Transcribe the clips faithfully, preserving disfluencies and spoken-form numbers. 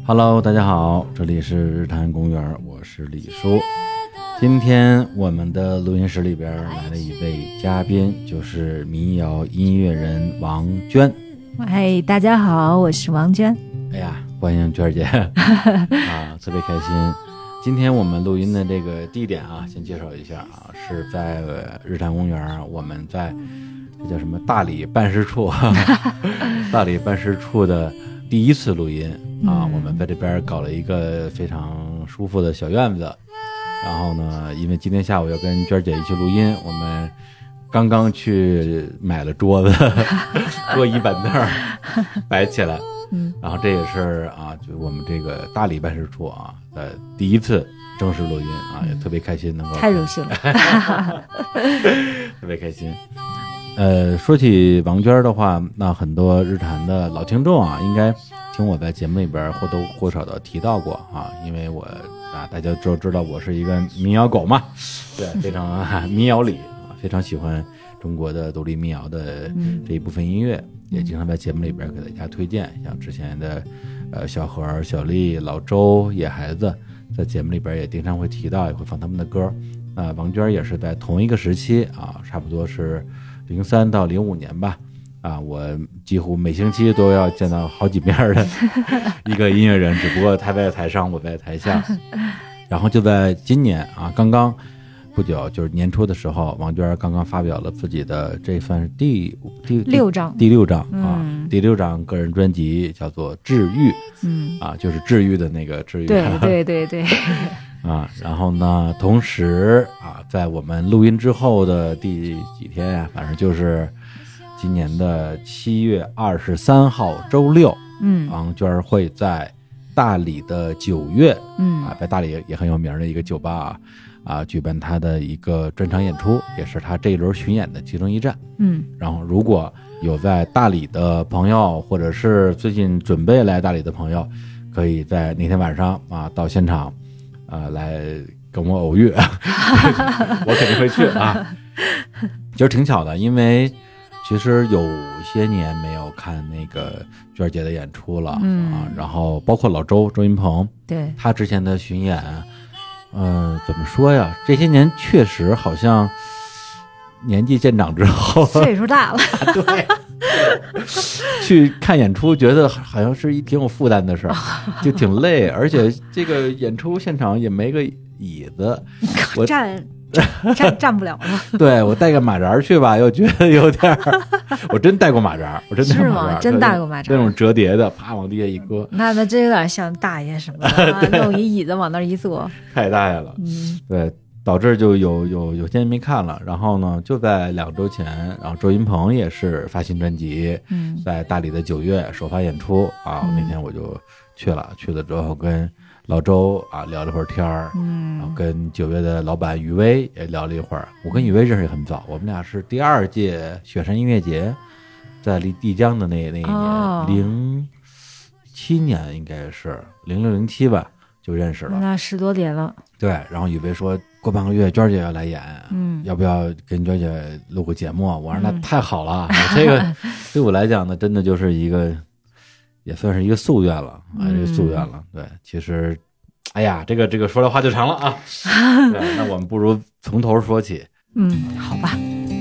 Hello， 大家好，这里是日坛公园，我是李叔。今天我们的录音室里边来了一位嘉宾，就是民谣音乐人王娟。 嗨，大家好，我是王娟。 哎呀，欢迎娟姐啊，特别开心。今天我们录音的这个地点啊，先介绍一下啊，是在日坛公园，我们在这叫什么大理办事处，大理办事处的第一次录音啊，我们在这边搞了一个非常舒服的小院子。然后呢，因为今天下午要跟娟姐一起录音，我们刚刚去买了桌子、桌椅板凳摆起来。嗯，然后这也是啊，就我们这个大理办事处啊的第一次正式录音啊，也特别开心能够。 太荣幸了， 特别开心。呃，说起王娟的话，那很多日坛的老听众啊，应该听我在节目里边或多或少的提到过啊，因为我啊，大家都知道我是一个民谣狗嘛，对，非常、啊、民谣里啊，非常喜欢中国的独立民谣的这一部分音乐，嗯、也经常在节目里边给大家推荐，像之前的呃小何、小丽、老周、野孩子，在节目里边也经常会提到，也会放他们的歌。啊、呃，王娟也是在同一个时期啊，差不多是零三到零五年吧。啊，我几乎每星期都要见到好几面的一个音乐人，只不过他在台上，我在台下。然后就在今年啊，刚刚不久，就是年初的时候，王娟刚刚发表了自己的这算是第第六张第六张啊、 嗯， 第六张个人专辑叫做《治愈》， 嗯啊，就是治愈的那个治愈。 对对对对。 啊，然后呢，同时啊，在我们录音之后的第几天呀、啊，反正就是今年的七月二十三号周六， 嗯， 王娟会在大理的九月， 嗯啊，在大理也很有名的一个酒吧啊，啊，举办他的一个专场演出，也是他这一轮巡演的其中一站。 嗯， 然后如果有在大理的朋友，或者是最近准备来大理的朋友，可以在那天晚上啊到现场。啊、呃，来跟我偶遇，我肯定会去啊。其实挺巧的，因为其实有些年没有看那个娟姐的演出了、嗯、啊。然后包括老周周云鹏， 对他之前的巡演，嗯、呃，怎么说呀？这些年确实好像年纪渐长之后， 岁数大了， 对。去看演出觉得好像是一挺有负担的事儿，就挺累，而且这个演出现场也没个椅子，我站站站不了了。 对，我带个马扎去吧，又觉得有点儿。我真带过马扎，我真带过马扎， 是吗？真带过马扎， 那种折叠的，啪往地下一搁。 那那这有点像大爷什么的、啊，弄一椅子往那儿一坐， 太大爷了。 嗯， 对。导致就有有有些人没看了，然后呢，就在两周前，然后周云鹏也是发新专辑， 嗯，在大理的九月首发演出啊、嗯，那天我就去了，去了之后跟老周啊聊了会儿天儿，嗯，然后跟九月的老板雨薇也聊了一会儿。我跟雨薇认识也很早，我们俩是第二届雪山音乐节，在丽丽江的那那一年，零七、哦、年应该是零六零七吧。就认识了， 那十多年了。 对，然后雨薇说过半个月娟姐要来演， 嗯， 要不要跟娟姐录个节目？我说那太好了，嗯、这个对我来讲呢，真的就是一个，也算是一个夙愿了啊，这个夙愿了。对，其实，哎呀，这个这个说来话就长了啊。对，那我们不如从头说起。 嗯，好吧。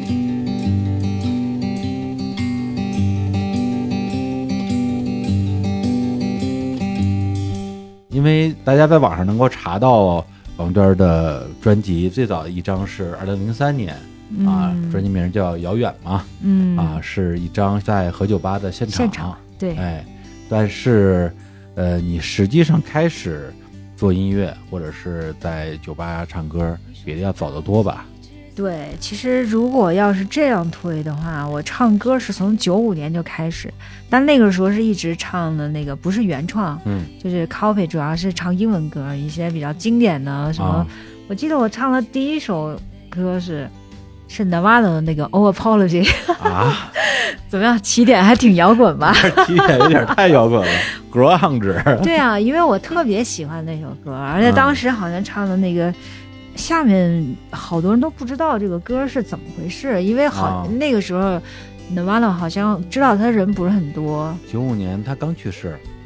因为大家在网上能够查到王娟的专辑，最早的一张是二零零三年、嗯、啊，专辑名叫《遥远》嘛，嗯啊，是一张在何酒吧的现场， 现场对， 哎，但是呃，你实际上开始做音乐或者是在酒吧唱歌，比这要早得多吧？ 对，其实如果要是这样推的话，我唱歌是从九五年就开始，但那个时候是一直唱的那个不是原创， 嗯， 就是 copy， 主要是唱英文歌，一些比较经典的什么。啊、我记得我唱的第一首歌是是 Nirvana 的那个 Oh Apology 啊， 怎么样？起点还挺摇滚吧？ 起点有点太摇滚了 ，grunge。 对啊，因为我特别喜欢那首歌，而且当时好像唱的那个。嗯下面好多人都不知道这个歌是怎么回事，因为好、哦、那个时候 Nirvana 好像知道他人不是很多。 九五年他刚去世，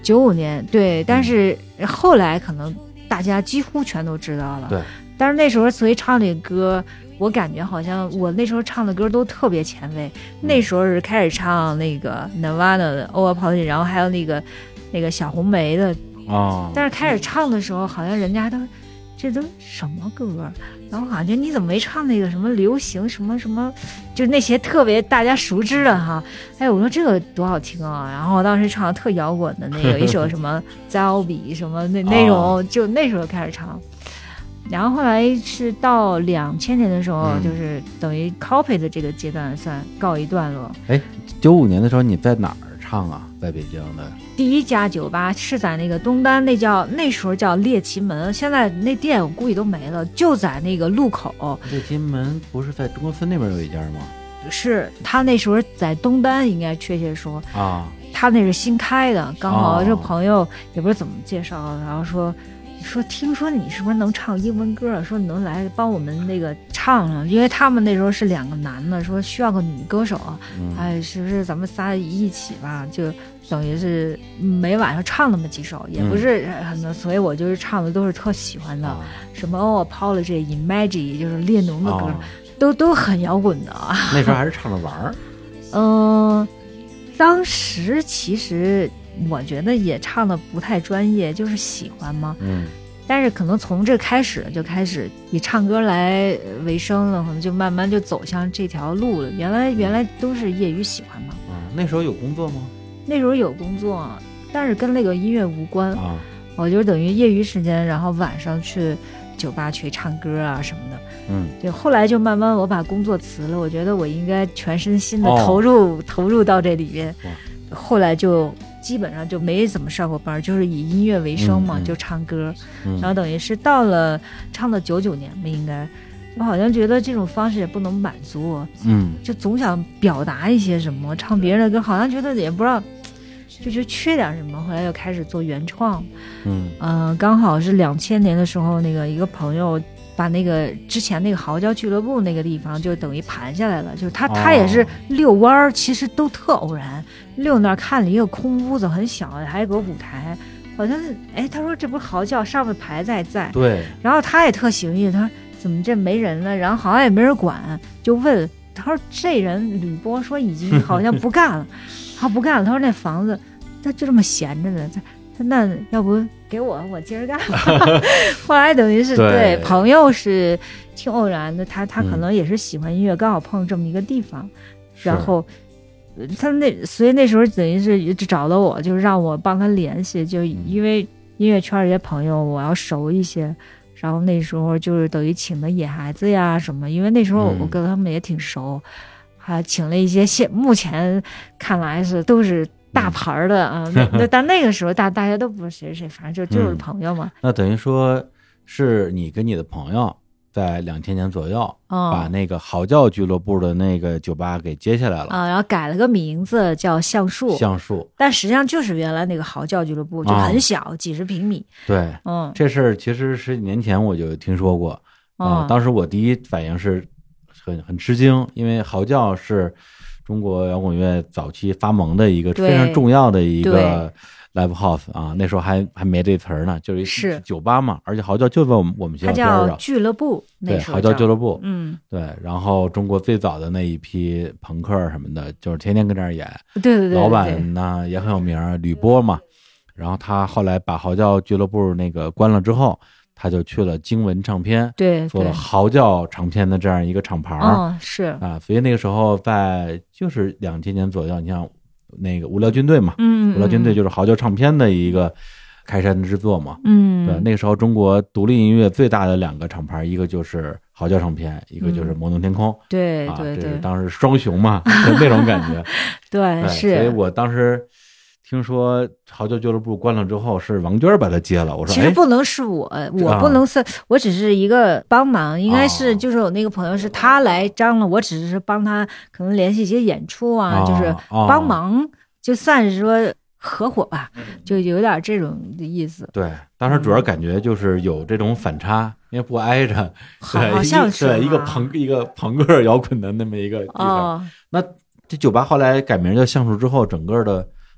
九五年对，但是后来可能大家几乎全都知道了。 对， 但是那时候所以唱这个歌，我感觉好像我那时候唱的歌都特别前卫。 嗯、 那时候是开始唱那个 Nirvana 的 Overpollution， 然后还有那个那个小红莓的哦。 但是开始唱的时候，好像人家都这都什么歌？然后感觉你怎么没唱那个什么流行什么什么，就那些特别大家熟知的哈。哎，我说这个多好听啊！然后我当时唱的特摇滚的那个一首什么 Zombie 什么那那种，哦、就那时候开始唱。然后后来是到两千年的时候，嗯、就是等于 copy 的这个阶段算告一段落。 哎，九五年的时候你在哪儿唱啊？在北京的第一家酒吧是在那个东单，那叫那时候叫猎奇门，现在那店我估计都没了，就在那个路口。 猎奇门不是在中关村那边有一家吗？ 是他那时候在东单，应该确切说啊， 他那是新开的，刚好这朋友也不是怎么介绍的，然后说说听说你是不是能唱英文歌，说你能来帮我们那个唱上，因为他们那时候是两个男的，说需要个女歌手， 嗯、 哎，是不是咱们仨一起吧，就等于是每晚上唱那么几首，也不是很多，嗯、所以我就是唱的都是特喜欢的， 啊、 什么 Oh Apology、Imagine， 就是列侬的歌， 啊、 都都很摇滚的。 那时候还是唱着玩儿。 嗯、呃，当时其实我觉得也唱的不太专业，就是喜欢嘛。 嗯。 但是可能从这开始就开始以唱歌来为生了，可能就慢慢就走向这条路了。原来原来都是业余喜欢嘛。 啊，那时候有工作吗？ 那时候有工作，但是跟那个音乐无关啊。 我就等于业余时间，然后晚上去酒吧去唱歌啊什么的。 嗯， 对。后来就慢慢我把工作辞了，我觉得我应该全身心的投入、哦、投入到这里边。后来就基本上就没怎么上过班，就是以音乐为生嘛， 嗯嗯、 就唱歌、 嗯。 然后等于是到了唱到九九年吧，应该我好像觉得这种方式也不能满足我， 嗯， 就总想表达一些什么，唱别人的歌好像觉得也不知道，就觉得缺点什么。后来又开始做原创， 嗯嗯、呃，刚好是两千年的时候，那个一个朋友把那个之前那个嚎叫俱乐部那个地方就等于盘下来了，就是他他也是遛弯儿、哦，其实都特偶然，溜那儿看了一个空屋子很小，还有个舞台，好像是哎，他说这不是嚎叫上面牌子还在， 对， 然后他也特幸运，他说怎么这没人了，然后好像也没人管，就问他说这人吕波说已经好像不干了，他不干了，他说那房子他就这么闲着呢，他他那要不给我我接着干吧。后来等于是 对, 对朋友是挺偶然的，他他可能也是喜欢音乐、嗯、刚好碰这么一个地方，然后他那所以那时候等于是找到我，就让我帮他联系，就因为音乐圈这些朋友我要熟一些，然后那时候就是等于请的野孩子呀什么，因为那时候我跟他们也挺熟，嗯、还请了一些现目前看来是都是大牌的啊，那那但那个时候大大家都不是谁谁，反正就就是朋友嘛。 嗯、那等于说是你跟你的朋友在两千年左右、哦、把那个嚎叫俱乐部的那个酒吧给接下来了啊，然后改了个名字叫橡树， 橡树， 但实际上就是原来那个嚎叫俱乐部，就很小，哦、几十平米。 对， 嗯， 这事儿其实十几年前我就听说过啊、呃，当时我第一反应是很很吃惊，因为嚎叫是中国摇滚乐早期发蒙的一个非常重要的一个 live house 啊，那时候还还没这词儿呢，就是酒吧嘛，而且嚎叫就在我们我们学校边上， 它叫俱乐部， 对，嚎叫俱乐部， 嗯， 对，然后中国最早的那一批朋克什么的，就是天天跟这儿演， 对对 对, 对， 老板呢也很有名，吕波嘛，然后他后来把嚎叫俱乐部那个关了之后，他就去了经文唱片， 对， 做了嚎叫唱片的这样一个厂牌， 嗯，是啊，所以那个时候在就是两千年左右，你像那个无聊军队嘛， 嗯， 无聊军队就是嚎叫唱片的一个开山之作嘛， 嗯， 对，那个时候中国独立音乐最大的两个厂牌，一个就是嚎叫唱片，一个就是摩登天空， 嗯、对啊、 对对， 这是当时双雄嘛，就那种感觉， 对，是， 所以我当时。听说嚎叫俱乐部关了之后，是王娟把他接了。我说， 其实不能是我，哎、我不能是、啊，我只是一个帮忙，应该是就是我那个朋友是他来张了，我只是帮他可能联系一些演出啊， 哦、 就是帮忙，就算是说合伙吧，就有点这种的意思。 对，当时主要感觉就是有这种反差，嗯、因为不挨着， 好像是对一个朋一个朋克摇滚的那么一个地方。 哦、 那这酒吧后来改名叫橡树之后，整个的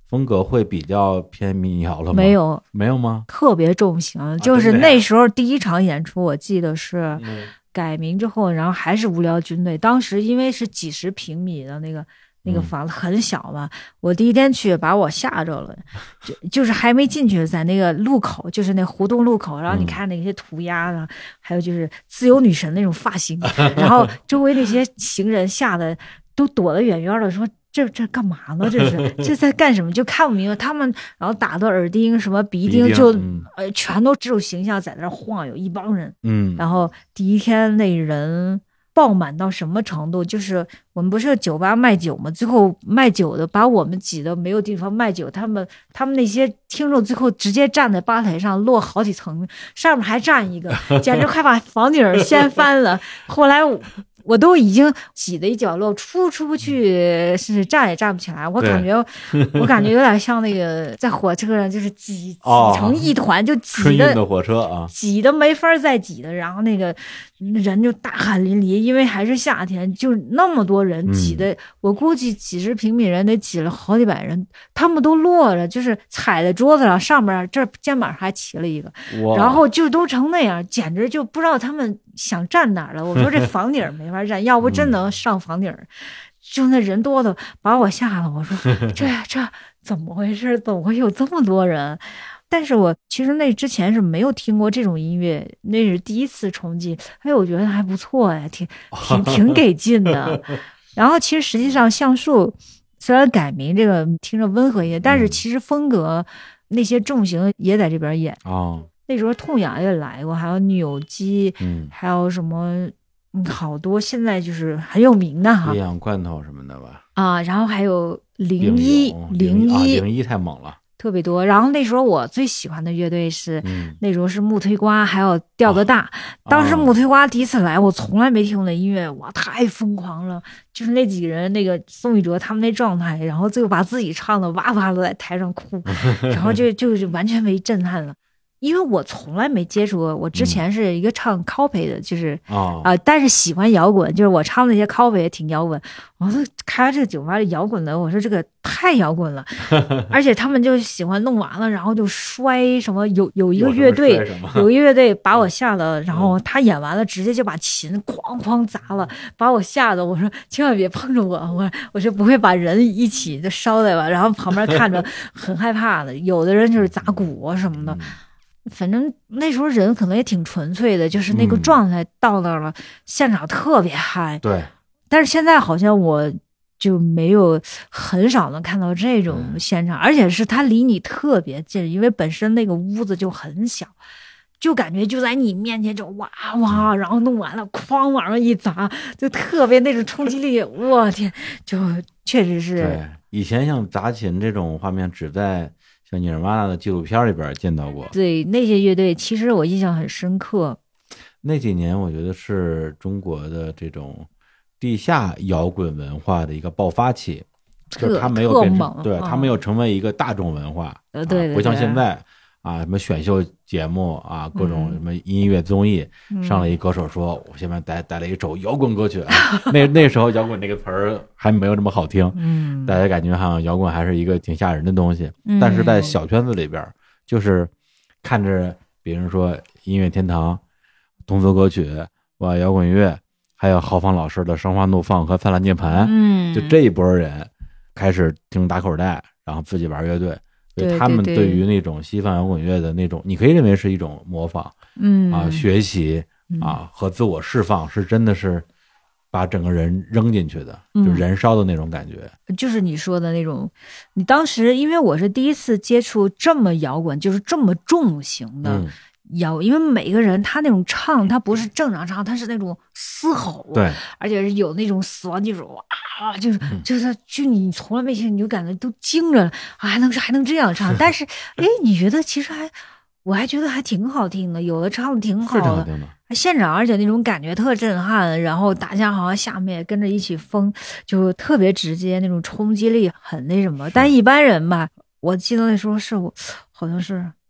风格会比较偏民谣了吗？ 没有， 没有吗？ 特别重型，就是那时候第一场演出，我记得是改名之后，然后还是无聊军队。当时因为是几十平米的那个。那个房子很小嘛，嗯、我第一天去把我吓着了，就就是还没进去，在那个路口，就是那胡同路口，然后你看那些涂鸦啊，嗯、还有就是自由女神那种发型，然后周围那些行人吓得都躲得远远的，说这这干嘛呢？这是这在干什么？就看不明白。他们然后打的耳钉什么鼻钉就，就、嗯、呃全都只有形象在那晃悠，一帮人，嗯，然后第一天那人。爆满到什么程度？就是我们不是酒吧卖酒吗？最后卖酒的把我们挤得没有地方卖酒，他们他们那些听众最后直接站在吧台上，落好几层，上面还站一个，简直快把房顶掀翻了。后来我。我都已经挤的一角落，出出不去，是站也站不起来。我感觉，我感觉有点像那个在火车上，就是挤挤成一团，哦、就挤的的火车啊， 挤的没法再挤的。然后那个人就大汗淋漓，因为还是夏天，就那么多人挤的，嗯、我估计几十平米人得挤了好几百人，他们都落着，就是踩在桌子上，上面这肩膀上还骑了一个，然后就都成那样，简直就不知道他们想站哪儿了。我说这房顶没法站，要不真能上房顶，嗯、就那人多的把我吓了。我说这这怎么回事？怎么会有这么多人？但是我其实那之前是没有听过这种音乐，那是第一次冲击。哎，我觉得还不错呀，挺挺挺给劲的。然后其实实际上橡树虽然改名这个听着温和一些，但是其实风格那些重型也在这边演哦。 那时候痛仰也来过，还有扭机， 嗯， 还有什么。嗯，好多现在就是很有名的哈， 营养罐头什么的吧。 啊，然后还有零一零一零一太猛了， 特别多。然后那时候我最喜欢的乐队是、嗯、那时候是木推瓜，还有调子大。哦、当时木推瓜第一次来，我从来没听过那音乐，哇，太疯狂了！就是那几个人，那个宋玉哲他们那状态，然后最后把自己唱的哇哇的在台上哭，然后就就就完全被震撼了。因为我从来没接触过，我之前是一个唱 copy 的，就是啊、 哦呃，但是喜欢摇滚，就是我唱那些 copy 也挺摇滚。我说开这个酒吧里摇滚的，我说这个太摇滚了，而且他们就喜欢弄完了，然后就摔什么，有有一个乐队，有一个乐队把我吓得，然后他演完了，直接就把琴哐哐砸了，把我吓得，我说千万别碰着我，我我是不会把人一起就烧的吧，然后旁边看着很害怕的，有的人就是砸鼓啊什么的。反正那时候人可能也挺纯粹的，就是那个状态到那儿了，嗯、现场特别嗨。 对， 但是现在好像我就没有很少能看到这种现场，嗯、而且是它离你特别近，因为本身那个屋子就很小，就感觉就在你面前就哇哇，然后弄完了哐往上一砸，就特别那种冲击力，我天，就确实是。 对，以前像砸琴这种画面只在像尼尔玛纳的纪录片里边见到过。 对，那些乐队其实我印象很深刻。 那几年我觉得是中国的这种地下摇滚文化的一个爆发期，就是它没有变成，对，它没有成为一个大众文化， 呃、啊，对， 不像现在啊，什么选秀节目啊，各种什么音乐综艺，嗯、上来一歌手说，我下面带带了一首摇滚歌曲，啊、那那时候摇滚这个词儿还没有这么好听，嗯，大家感觉好像摇滚还是一个挺吓人的东西，嗯、但是在小圈子里边，就是看着别人说音乐天堂、动作歌曲、哇摇滚乐，还有豪放老师的《生花怒放》和《灿烂涅槃》，嗯，就这一波人开始听打口袋，然后自己玩乐队。所以他们对于那种西方摇滚乐的那种，你可以认为是一种模仿，嗯啊，学习啊和自我释放，是真的是把整个人扔进去的，就燃烧的那种感觉。 就是你说的那种，你当时因为我是第一次接触这么摇滚，就是这么重型的。嗯摇，因为每个人他那种唱，他不是正常唱，他是那种嘶吼， 对， 而且是有那种死亡技术啊，就是就是就你从来没听，你就感觉都惊着了，啊，还能还能这样唱，但是哎，你觉得其实还，我还觉得还挺好听的，有的唱的挺好的， 的现场，而且那种感觉特震撼，然后大家好像下面也跟着一起疯，就特别直接，那种冲击力很那什么，但一般人吧，我记得那时候是我好像是。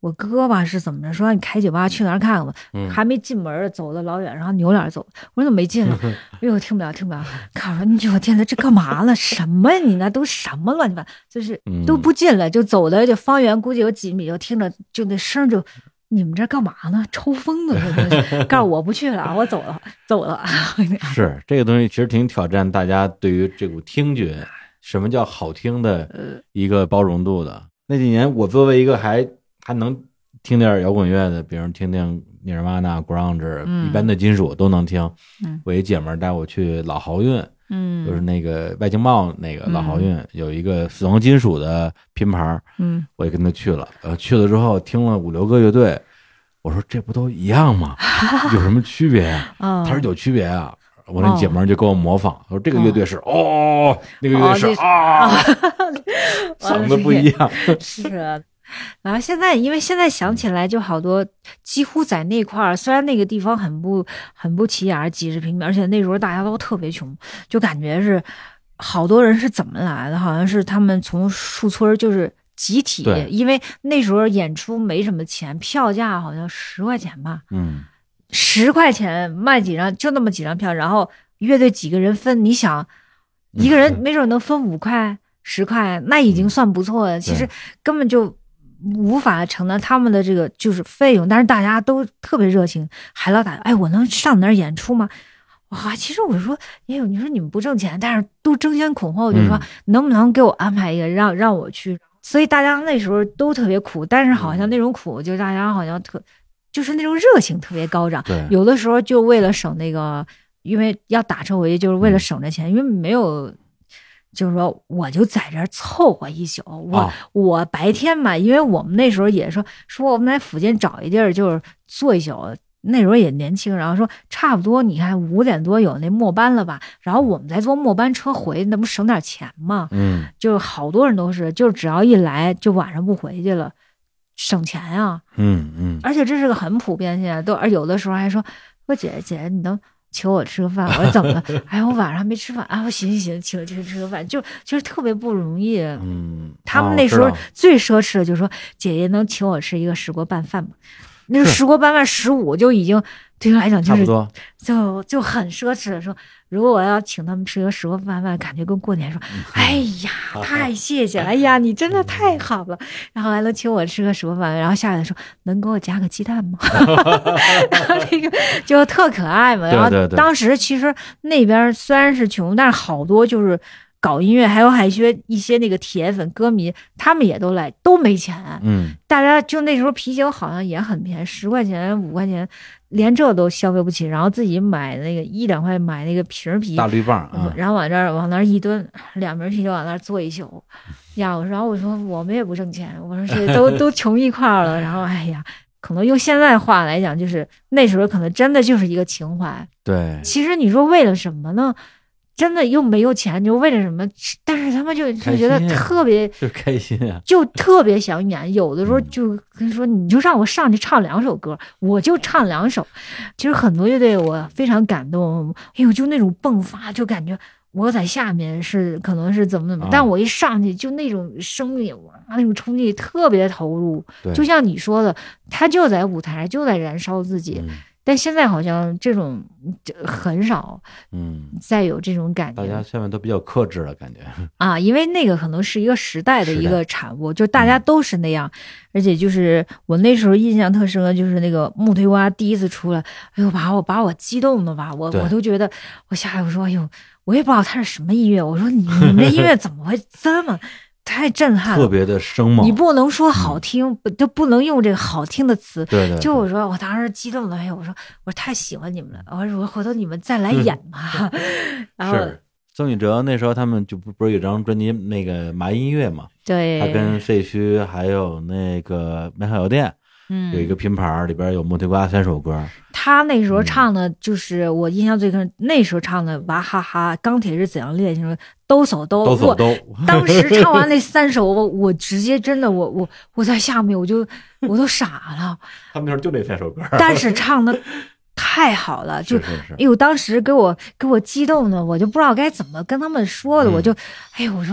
我哥吧是怎么着说你开酒吧去哪儿看看吧， 嗯还没进门走了老远，然后扭脸走。我说怎么没进啊？哎呦听不了听不了，看我说你我天呐这干嘛了？什么呀你那都什么乱七八糟，就是都不进了，就走的就方圆估计有几米，就听着就那声就。你们这干嘛呢？抽风呢？告诉我不去了，我走了，走了。 是这个东西，其实挺挑战大家对于这股听觉，什么叫好听的一个包容度的。那几年，我作为一个还还能听点摇滚乐的，比如听听尼尔玛纳、grunge，、嗯、一般的金属都能听。嗯、我一姐们儿带我去老豪运，嗯，就是那个外经贸那个老豪运、嗯、有一个死亡金属的拼盘，嗯，我也跟他去了。呃，去了之后听了五六个乐队，我说这不都一样吗？有什么区别呀、啊？他说有区别啊。我那姐们儿就跟我模仿，说这个乐队是 哦, 哦，那个乐队是、哦、啊，嗓子不一样。 是啊。然后现在，因为现在想起来就好多，几乎在那块儿，虽然那个地方很不很不起眼，几十平米，而且那时候大家都特别穷，就感觉是好多人是怎么来的？好像是他们从树村就是集体，因为那时候演出没什么钱，票价好像十块钱吧，嗯，十块钱卖几张，就那么几张票，然后乐队几个人分，你想一个人没准能分五块、十块，那已经算不错了。其实根本就无法承担他们的这个就是费用，但是大家都特别热情，还老打哎，我能上哪儿演出吗？哇，其实我说，哎呦，你说你们不挣钱，但是都争先恐后，就说、嗯、能不能给我安排一个，让让我去。所以大家那时候都特别苦，但是好像那种苦，就大家好像特就是那种热情特别高涨。 对， 有的时候就为了省那个，因为要打车回去，就是为了省这钱，嗯、因为没有。就是说，我就在这儿凑合一宿。我、哦、我白天嘛，因为我们那时候也说说我们在附近找一地儿，就是坐一宿。那时候也年轻，然后说差不多，你看五点多有那末班了吧？然后我们再坐末班车回，那不省点钱吗？嗯，就好多人都是，就只要一来就晚上不回去了，省钱啊。 嗯嗯。 而且这是个很普遍现在都，而有的时候还说，说姐姐你能。求我吃个饭，我说怎么了？哎，我晚上还没吃饭啊！我行行行，请我去吃个饭，就就是特别不容易。 嗯， 他们那时候最奢侈的就是说，姐姐能请我吃一个石锅拌饭吗？那个石锅拌饭十五就已经对于来讲就是就就很奢侈了。说如果我要请他们吃一个石锅拌饭，感觉跟过年说，哎呀，太谢谢了，哎呀，你真的太好了。然后还能请我吃个石锅饭，然后下来说能给我加个鸡蛋吗？然后那个就特可爱嘛。然后当时其实那边虽然是穷，但是好多就是搞音乐，还有还些一些那个铁粉歌迷，他们也都来，都没钱。嗯，大家就那时候啤酒好像也很便宜，十块钱、五块钱，连这都消费不起，然后自己买那个一两块买那个瓶啤大绿棒啊， 然后往这儿往那儿一蹲，两瓶啤酒往那儿坐一宿。呀，我说，然后我说我们也不挣钱，我说是都都穷一块了。然后哎呀，可能用现在话来讲，就是那时候可能真的就是一个情怀。 对， 其实你说为了什么呢？真的又没有钱，就为了什么？但是他们就就觉得特别就开心啊， 就特别想演。有的时候就跟说，你就让我上去唱两首歌，我就唱两首。其实很多乐队我非常感动，哎呦，就那种迸发，就感觉我在下面是可能是怎么怎么，但我一上去就那种生命哇，那种冲击特别投入。就像你说的，他就在舞台就在燃烧自己。嗯，但现在好像这种很少，嗯，再有这种感觉。 大家下面都比较克制了，感觉啊，因为那个可能是一个时代的一个产物，就大家都是那样。嗯、而且就是我那时候印象特深刻，就是那个木推瓜第一次出来，哎呦，把我把我激动的吧，我我都觉得我下来我说，哎呦，我也不知道它是什么音乐，我说你你们这音乐怎么会这么？太震撼了， 特别的生猛。 你不能说好听，嗯、不都不能用这个好听的词。 对 对, 对。 就我说，我当时激动的，哎，我说我太喜欢你们了，我说回头你们再来演嘛。嗯、然后是曾宇哲那时候他们就不不是有张专辑那个麻音乐嘛？ 对。 他跟废墟还有那个美好邮电。嗯，有一个拼盘里边有木推瓜三首歌， 他那时候唱的就是我印象最深，那时候唱的娃哈哈、钢铁是怎样烈性，都走都都走都。 当时唱完那三首，我我直接真的我我我在下面我就我都傻了。 他们那时候就那三首歌， 但是唱的太好了，就是是是， 哎呦，当时给我给我激动的，我就不知道该怎么跟他们说的，嗯、我就哎呦，我说。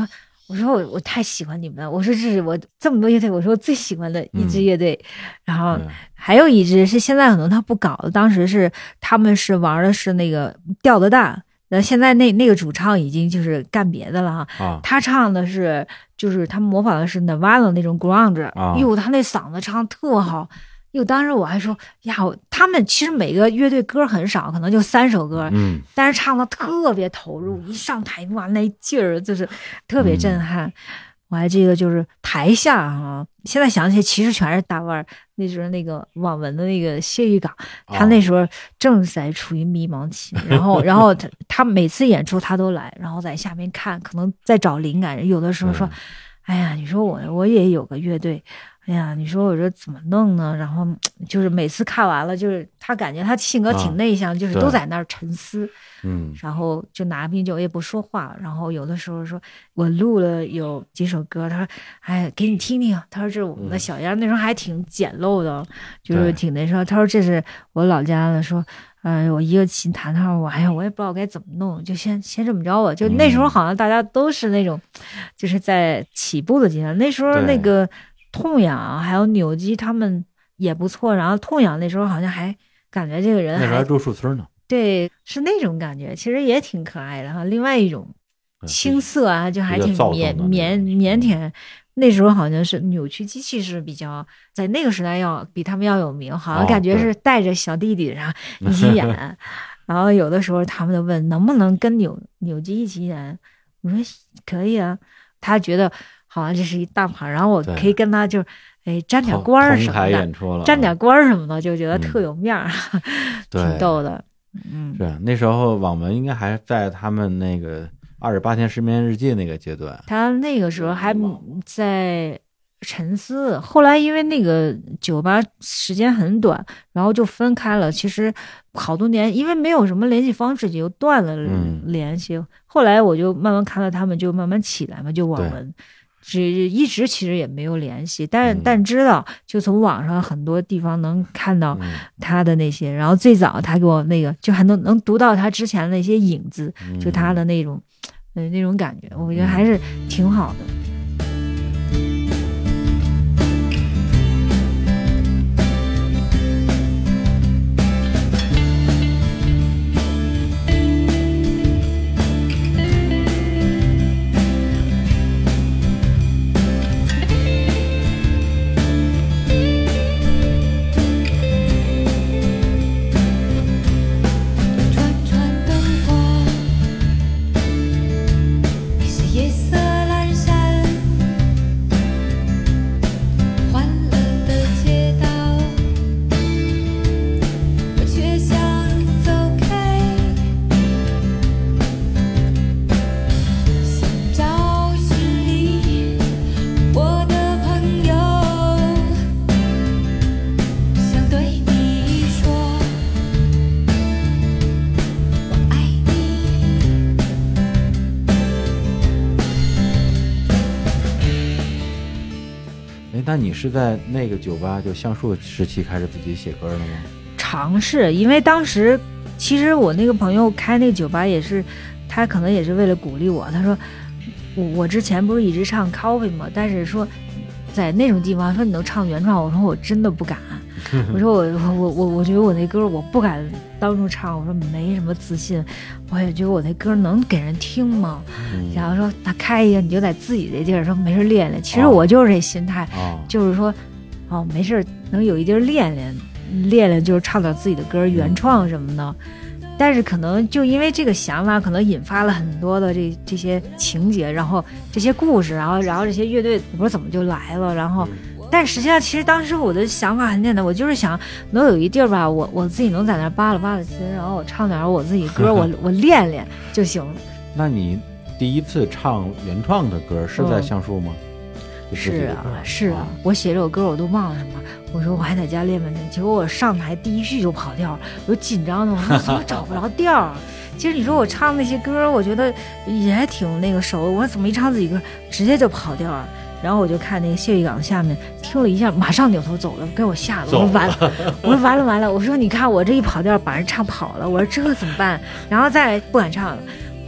我说我我太喜欢你们了，我说这是我这么多乐队，我说我最喜欢的一支乐队，嗯、然后还有一支是现在可能他不搞了，当时是他们是玩的是那个吊的蛋，那现在那那个主唱已经就是干别的了哈，啊、他唱的是就是他模仿的是 Nirvana 那种 grunge，啊、哟他那嗓子唱特好。哟，当时我还说呀，他们其实每个乐队歌很少，可能就三首歌，嗯，但是唱的特别投入，一上台哇那劲儿就是特别震撼。嗯、我还记得就是台下啊，现在想起来其实全是大腕儿。那时候那个网文的那个谢玉岗，他那时候正在处于迷茫期，哦、然后然后他他每次演出他都来，然后在下面看，可能在找灵感。有的时候说，嗯、哎呀，你说我我也有个乐队。哎呀，你说我这怎么弄呢？然后就是每次看完了，就是他感觉他性格挺内向，啊、就是都在那儿沉思，嗯，然后就拿瓶酒也不说话。然后有的时候说，我录了有几首歌，他说，哎，给你听听。他说这是我们的小样，嗯、那时候还挺简陋的，就是挺那时候。他说这是我老家的，说，呃，我一个琴弹他说我，哎呀，我也不知道该怎么弄，就先先这么着吧。就那时候好像大家都是那种，嗯、就是在起步的阶段。那时候那个。痛痒还有扭机他们也不错，然后痛痒那时候好像还感觉这个人那时候还住树村呢， 对，是那种感觉，其实也挺可爱的哈。另外一种青涩啊，就还挺腼腼腼腆。那时候好像是扭曲机器是比较在那个时代要比他们要有名，好像感觉是带着小弟弟然后一起演，哦、然后有的时候他们就问能不能跟扭扭机一起演，我说可以啊，他觉得。好像这是一大盘，然后我可以跟他就，哎，沾点光儿什么的，沾点光儿什么的，就觉得特有面儿，嗯、挺逗的。嗯， 是那时候网文应该还在他们那个二十八天失眠日记那个阶段， 他那个时候还在沉思。后来因为那个酒吧时间很短，然后就分开了。其实好多年，因为没有什么联系方式，就断了联系。嗯、后来我就慢慢看到他们就慢慢起来嘛，就网文。只一直其实也没有联系，但、嗯、但知道就从网上很多地方能看到他的那些，嗯、然后最早他给我那个就还能能读到他之前的那些影子，嗯、就他的那种，呃那种感觉，我觉得还是挺好的。 那你是在那个酒吧就橡树时期开始自己写歌了吗？ 尝试，因为当时其实我那个朋友开那个酒吧也是，他可能也是为了鼓励我。他说我我之前不是一直唱 coffee 嘛，但是说在那种地方说你能唱原创，我说我真的不敢。我说我我我我觉得我那歌我不敢当众唱，我说没什么自信，我也觉得我那歌能给人听吗？嗯、然后说他开一个你就在自己这地儿说没事练练，其实我就是这心态，哦、就是说哦没事能有一地儿练练练练，就是唱点自己的歌原创什么的。嗯、但是可能就因为这个想法，可能引发了很多的这这些情节，然后这些故事，然后然后这些乐队我不知道怎么就来了，然后。但实际上，其实当时我的想法很简单，我就是想能有一地儿吧，我我自己能在那扒拉扒拉琴，然后我唱点我自己歌，我我练练就行了。 那你第一次唱原创的歌是在橡树吗？ 嗯、是啊，是啊，我写这首歌我都忘了什么，我说我还在家练半天，结果我上台第一句就跑调，我就紧张的，我说怎么找不着调？其实你说我唱那些歌，我觉得也还挺那个熟的，我说怎么一唱自己歌直接就跑调了？然后我就看那个谢玉岗下面听了一下，马上扭头走了，给我吓得我说完了，我说完了完了，我说你看我这一跑调把人唱跑了，我说这怎么办？然后再不敢唱了。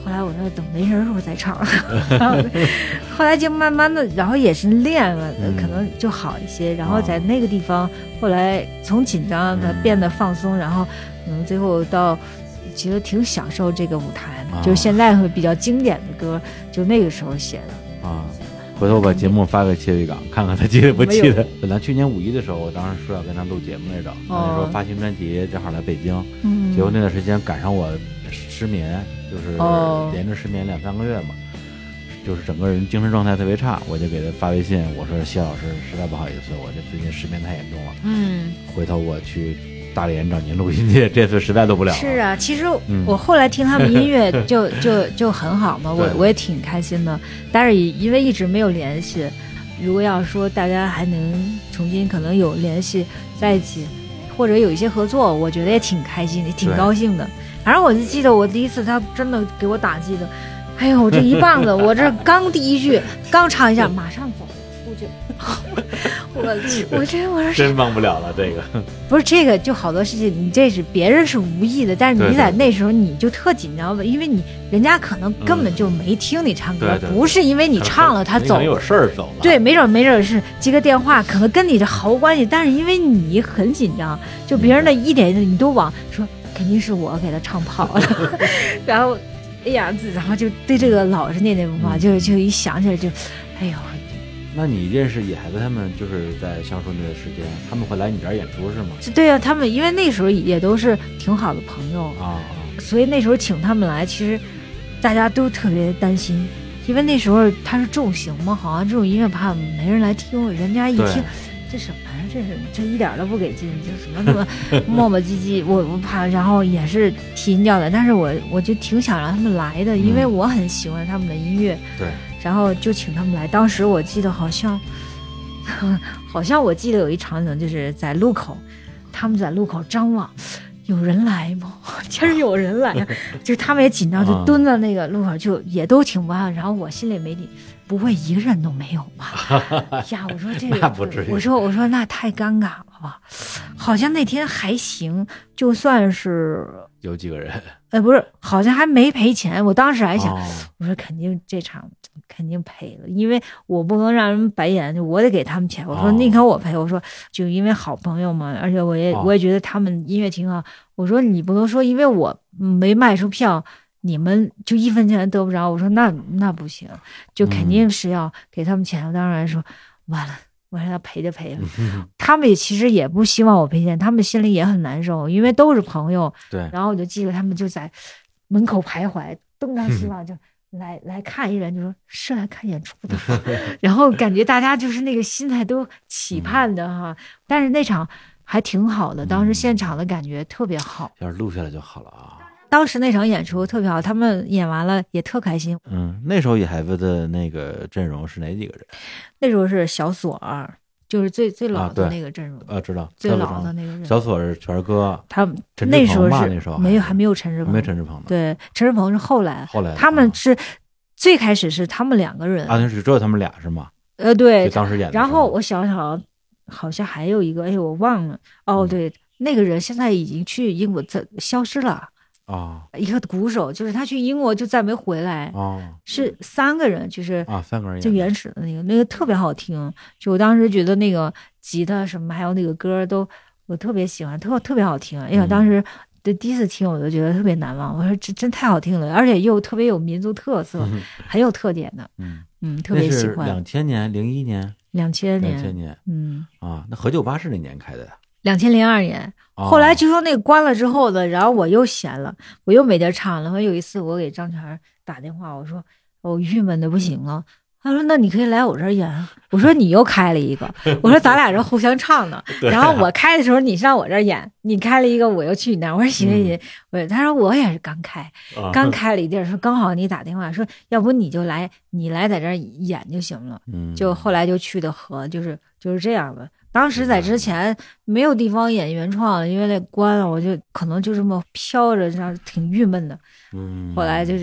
后来我说等没人的时候再唱，然后后来就慢慢的，然后也是练了， 嗯、 可能就好一些。然后在那个地方，后来从紧张它变得放松，嗯、然后嗯，最后到其实挺享受这个舞台的，啊、就是现在会比较经典的歌，就那个时候写的啊。回头我把节目发给谢玉岗，看看他记得不记得。本来去年五一的时候，我当时说要跟他录节目来着，他、哦、说发新专辑正好来北京，嗯、结果那段时间赶上我失眠，就是连着失眠两三个月嘛，就是整个人精神状态特别差，我就给他发微信，我说谢老师，实在不好意思，我这最近失眠太严重了，嗯，回头我去大连找您录音去，这次实在录不了了。 是啊，其实我后来听他们音乐就就就很好嘛，我我也挺开心的。但是因为一直没有联系，如果要说大家还能重新可能有联系在一起，或者有一些合作，我觉得也挺开心，也挺高兴的。反正我就记得我第一次他真的给我打击的，哎呦，我这一棒子，我这刚第一句刚唱一下，马上走出去。我我这我说真忘不了了，这个不是这个，就好多事情，你这是别人是无意的，但是你在那时候你就特紧张吧，因为你人家可能根本就没听你唱歌， 嗯、对对对， 不是因为你唱了他走， 没有事儿走了， 对，没准没准是接个电话，可能跟你这毫无关系，但是因为你很紧张，就别人的一点你都往说肯定是我给他唱跑了，然后哎呀，然后就对这个老是念念不忘，就就一想起来就，哎呦。 那你认识野孩子他们就是在香树那个时间，他们会来你这儿演出是吗？ 对啊，他们因为那时候也都是挺好的朋友啊，所以那时候请他们来，其实大家都特别担心，因为那时候他是重型嘛，好像这种音乐怕没人来听，人家一听这什么呀，这是这一点都不给劲，就什么什么磨磨唧唧，我我怕，然后也是提心吊胆，但是我我就挺想让他们来的，因为我很喜欢他们的音乐， 对。 然后就请他们来，当时我记得好像，好像我记得有一场景就是在路口，他们在路口张望，有人来吗？其实有人来，就是他们也紧张，就蹲在那个路口，就也都挺不安。然后我心里没底，不会一个人都没有吧？呀，我说这个， 那不至于。 我说我说那太尴尬了吧？好像那天还行，就算是有几个人， 呃，不是，好像还没赔钱。我当时还想，哦、我说肯定这场。肯定赔了，因为我不能让人白演，我得给他们钱。我说宁可我赔，我说就因为好朋友嘛，而且我也、哦、我也觉得他们音乐挺好。我说你不能说因为我没卖出票，你们就一分钱得不着。我说那那不行，就肯定是要给他们钱。嗯、我当然说完了，我说要赔就赔了。嗯、他们也其实也不希望我赔钱，他们心里也很难受，因为都是朋友。 对。 然后我就记得他们就在门口徘徊，东张西望就。嗯来来看一人就说是来看演出的，然后感觉大家就是那个心态都期盼的哈，嗯、但是那场还挺好的，当时现场的感觉特别好， 要是录下来就好了啊。 当时那场演出特别好，他们演完了也特开心。 嗯，那时候野孩子的那个阵容是哪几个人？ 那时候是小锁儿。就是最最老的那个阵容， 啊，知道最老的那个人。 小锁是权哥， 他们那时候是那时候没有，还没有陈志朋， 没陈志朋呢。 对，陈志朋是后来， 后来他们是、啊、最开始是他们两个人啊，那是只有他们俩是吗？ 呃，对， 当时演的。 然后我想想，好像还有一个，哎，我忘了。哦，对，嗯、那个人现在已经去英国消失了。 啊、哦， 一个鼓手，就是他去英国就再没回来。 哦， 是三个人，就是啊，三个人就原始的那个，那个特别好听。就我当时觉得那个吉他什么，还有那个歌都我特别喜欢，特特别好听。哎呀，当时的第一次听我就觉得特别难忘。我说这真太好听了，而且又特别有民族特色，嗯、很有特点的。嗯嗯，特别喜欢。 两千年、零一年、 两千年、 两千年， 嗯啊，那何九八是哪年开的呀？ 两千零二年，后来据说那个关了之后的，然后我又闲了，我又没地儿唱了。我有一次我给张全打电话，我说我郁闷的不行了。他说那你可以来我这儿演。我说你又开了一个，我说咱俩这互相唱的。然后我开的时候你上我这儿演，你开了一个我又去你那儿。我说行行行，我他说我也是刚开，刚开了一地儿，说刚好你打电话说要不你就来，你来在这儿演就行了。就后来就去的和，就是就是这样的。当时在之前没有地方演原创，因为那关了，我就可能就这么飘着，这样挺郁闷的。嗯，后来就是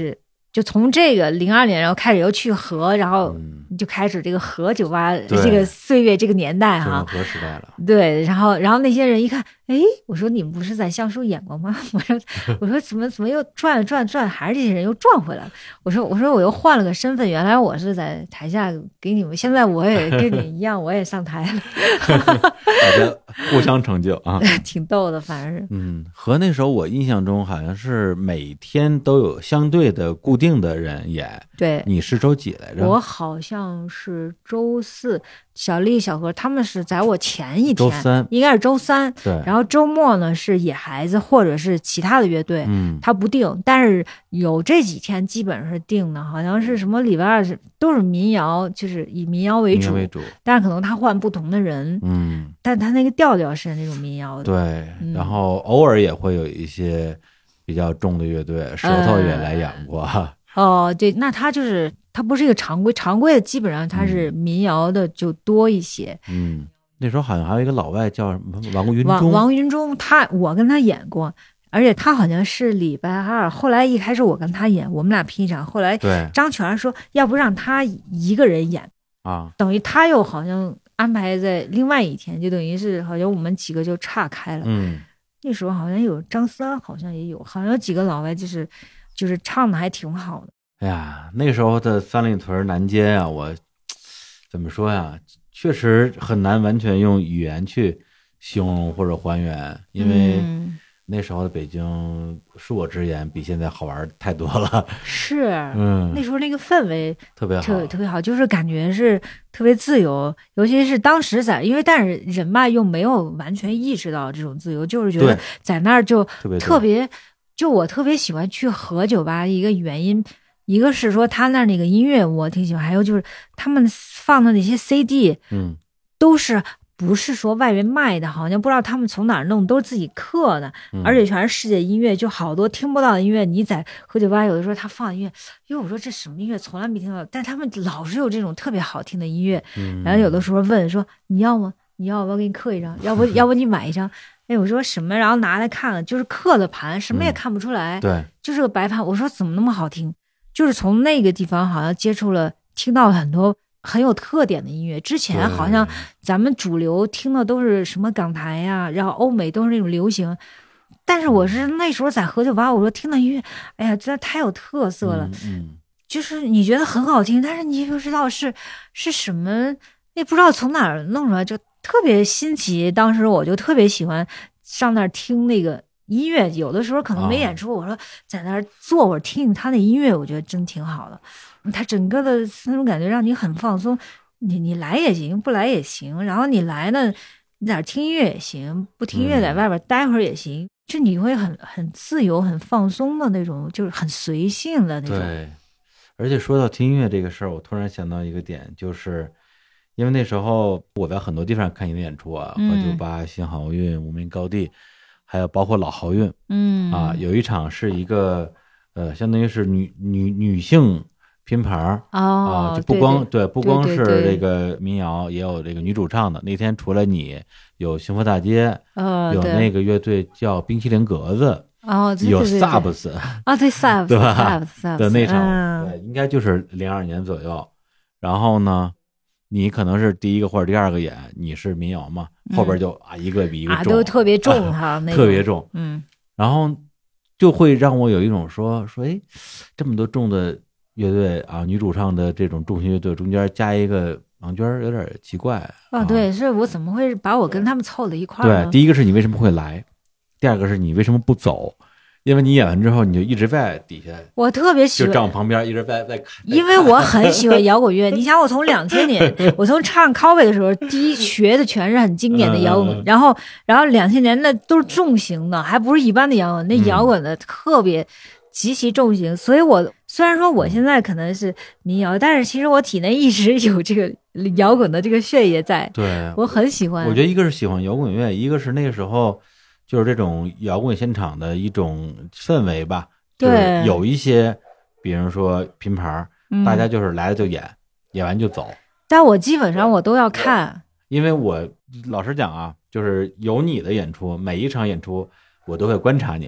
就从这个零二年，然后开始又去河，然后嗯， 就开始这个河酒吧对这个岁月这个年代哈、 河时代了。 对，然后然后那些人一看，哎，我说你们不是在橡树演过吗？我说我说怎么怎么又转转转，还是这些人又转回来了？我说我说我又换了个身份，原来我是在台下给你们，现在我也跟你一样，我也上台了， 大家互相成就啊。 挺逗的，反正是。 嗯，和那时候我印象中好像是每天都有相对的固定的人演。 对， 你是周几来着？ 我好像是周四，小丽、小何他们是在我前一天， 周三应该是周三。 对， 然后周末呢是野孩子或者是其他的乐队， 嗯， 他不定，但是有这几天基本上是定的，好像是什么礼拜二是都是民谣，就是以民谣为主， 民谣为主， 但是可能他换不同的人， 嗯， 但他那个调调是那种民谣的。 对， 嗯然后偶尔也会有一些比较重的乐队，舌头也来演过。 哦，对，那他就是他不是一个常规，常规的基本上他是民谣的就多一些。 嗯，那时候好像还有一个老外叫什么王云王中， 王云中，他我跟他演过，而且他好像是礼拜二，后来一开始我跟他演，我们俩拼一场，后来对张全说要不让他一个人演， 啊， 等于他又好像安排在另外一天，就等于是好像我们几个就岔开了。 嗯， 那时候好像有张思安，好像也有，好像有几个老外就是就是唱的还挺好的。 哎呀，那时候的三里屯南街啊，我怎么说呀？确实很难完全用语言去形容或者还原，因为嗯那时候的北京，恕我直言，比现在好玩太多了。 是， 嗯， 那时候那个氛围特别好， 特特别好，就是感觉是特别自由，尤其是当时在，因为但是人嘛又没有完全意识到这种自由，就是觉得对在那儿就特别特别，就我特别喜欢去和酒吧一个原因，一个是说他那儿那个音乐我挺喜欢，还有就是他们放的那些 C D， 嗯， 都是。不是说外面卖的，好像不知道他们从哪儿弄，都是自己刻的， 嗯而且全是世界音乐，就好多听不到的音乐。你在喝酒吧有的时候他放音乐，因为我说这什么音乐从来没听到，但他们老是有这种特别好听的音乐。 嗯然后有的时候问说你要吗？你要我给你刻一张，要不要不你买一张？哎，我说什么？然后拿来看了，就是刻的盘，什么也看不出来， 嗯、对， 就是个白盘。我说怎么那么好听？就是从那个地方好像接触了，听到了很多很有特点的音乐。之前好像咱们主流听的都是什么港台呀、啊，然后欧美都是那种流行。但是我是那时候在喝酒吧，我说听的音乐，哎呀，真的太有特色了。 嗯，嗯就是你觉得很好听，但是你不知道是是什么，也不知道从哪儿弄出来，就特别新奇。当时我就特别喜欢上那儿听那个音乐，有的时候可能没演出，我说在那儿坐会儿听他的音乐，我觉得真挺好的。他整个的那种感觉让你很放松，你你来也行，不来也行。然后你来呢，你在那儿听音乐也行，不听音乐在外边待会儿也行。嗯、就你会很很自由、很放松的那种，就是很随性的那种。 对，而且说到听音乐这个事儿，我突然想到一个点，就是因为那时候我在很多地方看你的演出啊， 嗯、 和酒吧、新好运、无名高地，还有包括老好运， 嗯啊，有一场是一个呃，相当于是女女女性。拼盘儿哦、 啊，就不光对, 对, 对，不光是对对对这个民谣，也有这个女主唱的。那天除了你，有幸福大街， 呃， 有那个乐队叫冰淇淋格子， 哦，对对对有 Subs 啊，对 Subs 对吧 ？Subs 的那场， 嗯、 对，应该就是零二年左右。然后呢，你可能是第一个或者第二个演，你是民谣嘛，后边就啊一个比一个重， 啊，都特别重哈，那特别重， 嗯， 然后就会让我有一种说说，哎，这么多重的。乐队啊，女主唱的这种重型乐队中间加一个王娟，有点奇怪啊。对，是我怎么会把我跟他们凑到一块儿呢？ 对，第一个是你为什么会来，第二个是你为什么不走？因为你演完之后，你就一直在底下。 我特别喜欢， 就站我旁边一直在在看。 因为我很喜欢摇滚乐。你想，我从两千年，我从唱 cover 的时候，第一学的全是很经典的摇滚， 嗯、 然后，然后两千年那都是重型的，还不是一般的摇滚，那摇滚的特别。嗯极其重型，所以我虽然说我现在可能是民谣，但是其实我体内一直有这个摇滚的这个血液在。 对， 我很喜欢。 我觉得一个是喜欢摇滚乐，一个是那个时候就是这种摇滚现场的一种氛围吧。 对， 就是有一些，比如说拼盘， 嗯、 大家就是来了就演，演完就走。 但我基本上我都要看， 因为我老实讲啊，就是有你的演出，每一场演出我都会观察你。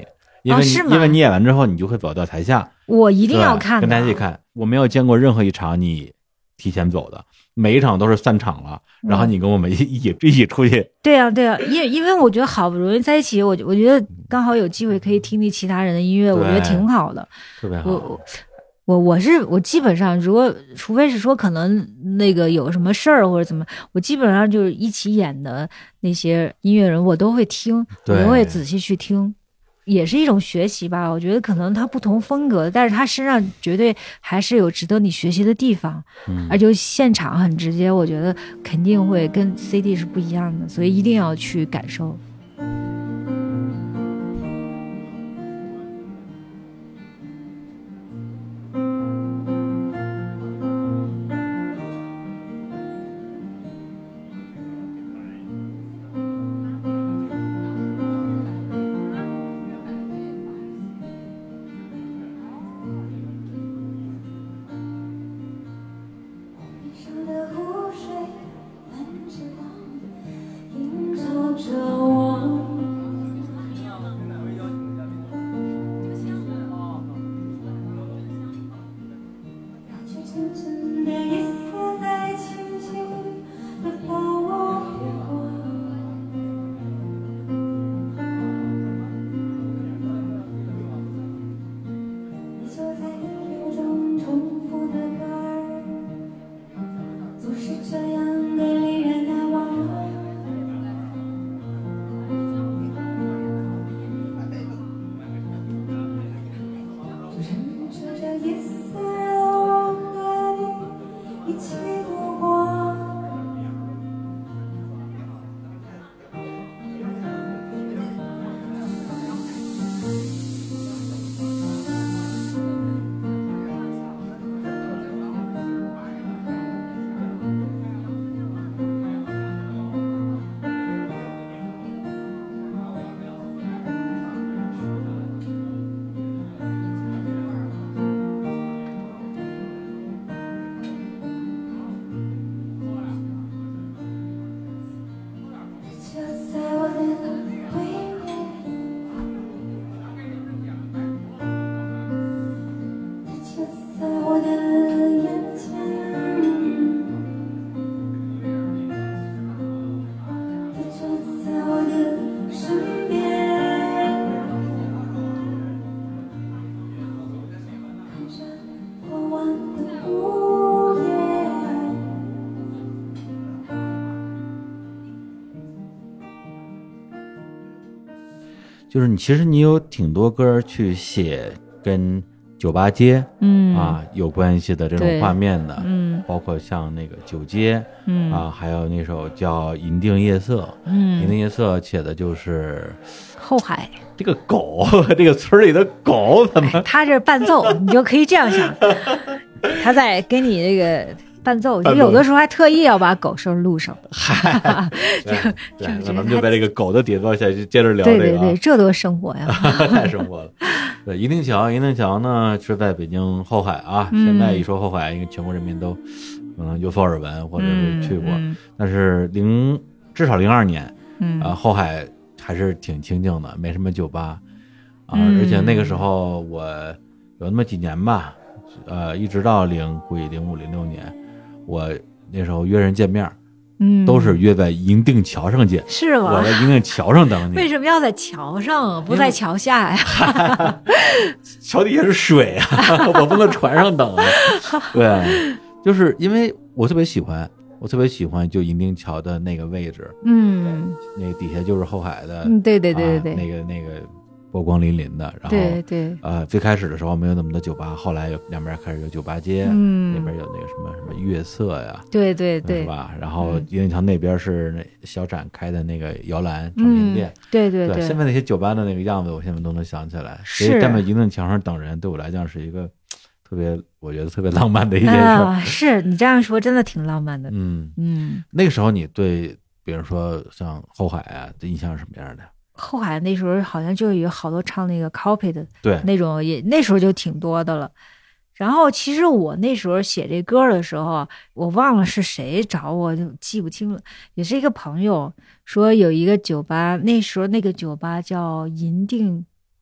因为你、 哦是吗因为你演完之后，你就会走到台下， 我一定要看的， 跟大家一起看。我没有见过任何一场你提前走的，每一场都是散场了，然后你跟我们一一起一起出去。 对啊，对啊，因为因为我觉得好不容易在一起，我我觉得刚好有机会可以听听其他人的音乐，我觉得挺好的， 特别好。 我我我是我基本上，如果除非是说可能那个有什么事儿或者怎么，我基本上就是一起演的那些音乐人，我都会听，我都会仔细去听。也是一种学习吧，我觉得可能他不同风格，但是他身上绝对还是有值得你学习的地方， 嗯， 而且现场很直接，我觉得肯定会跟 C D 是不一样的，所以一定要去感受。 就是你其实你有挺多歌去写跟酒吧街嗯啊有关系的这种画面的， 嗯， 包括像那个酒街， 嗯啊，还有那首叫《银锭夜色》， 嗯， 银锭夜色写的就是后海这个狗，这个村里的狗怎么？ 哎他这伴奏，你就可以这样想，他在给你这个伴奏， 伴奏有的时候还特意要把狗声录上。 嗨，对，对那咱们就在这个狗的底座下就接着聊这个、啊， 对对对，这多生活呀！ 太生活了。对，银锭桥，银锭桥呢是在北京后海啊。 嗯、 现在一说后海，应该全国人民都可能有所耳闻，或者是去过。 嗯嗯、 但是零至少零二年， 嗯啊、呃，后海还是挺清静的，没什么酒吧啊、 嗯。 而且那个时候我有那么几年吧，呃，一直到零估计零五零六年，我那时候约人见面。 嗯， 都是约在银锭桥上见， 是吗？ 我在银锭桥上等你。 为什么要在桥上，不在桥下呀？ 桥底下是水啊，我不能船上等啊。对，就是因为我特别喜欢，我特别喜欢就银锭桥的那个位置， 嗯， 那个底下就是后海的， 嗯，对对对对对， 啊、那个那个。波光粼粼的，然后对对， 呃，最开始的时候没有那么多酒吧，后来有两边开始有酒吧街， 嗯， 那边有那个什么什么月色呀， 对对对， 是吧？然后银锭桥那边是那小展开的那个摇篮唱片店， 嗯、对对对对， 现在那些酒吧的那个样子，我现在都能想起来。 是所以站在银锭桥上等人，对我来讲是一个特别，我觉得特别浪漫的一件事。 啊、是你这样说，真的挺浪漫的。 嗯嗯， 那个时候你对，比如说像后海啊的印象是什么样的？ 后海那时候好像就有好多唱那个 copy 的， 对， 那种也那时候就挺多的了。然后其实我那时候写这歌的时候，我忘了是谁找我，就记不清了。也是一个朋友说有一个酒吧，那时候那个酒吧叫银锭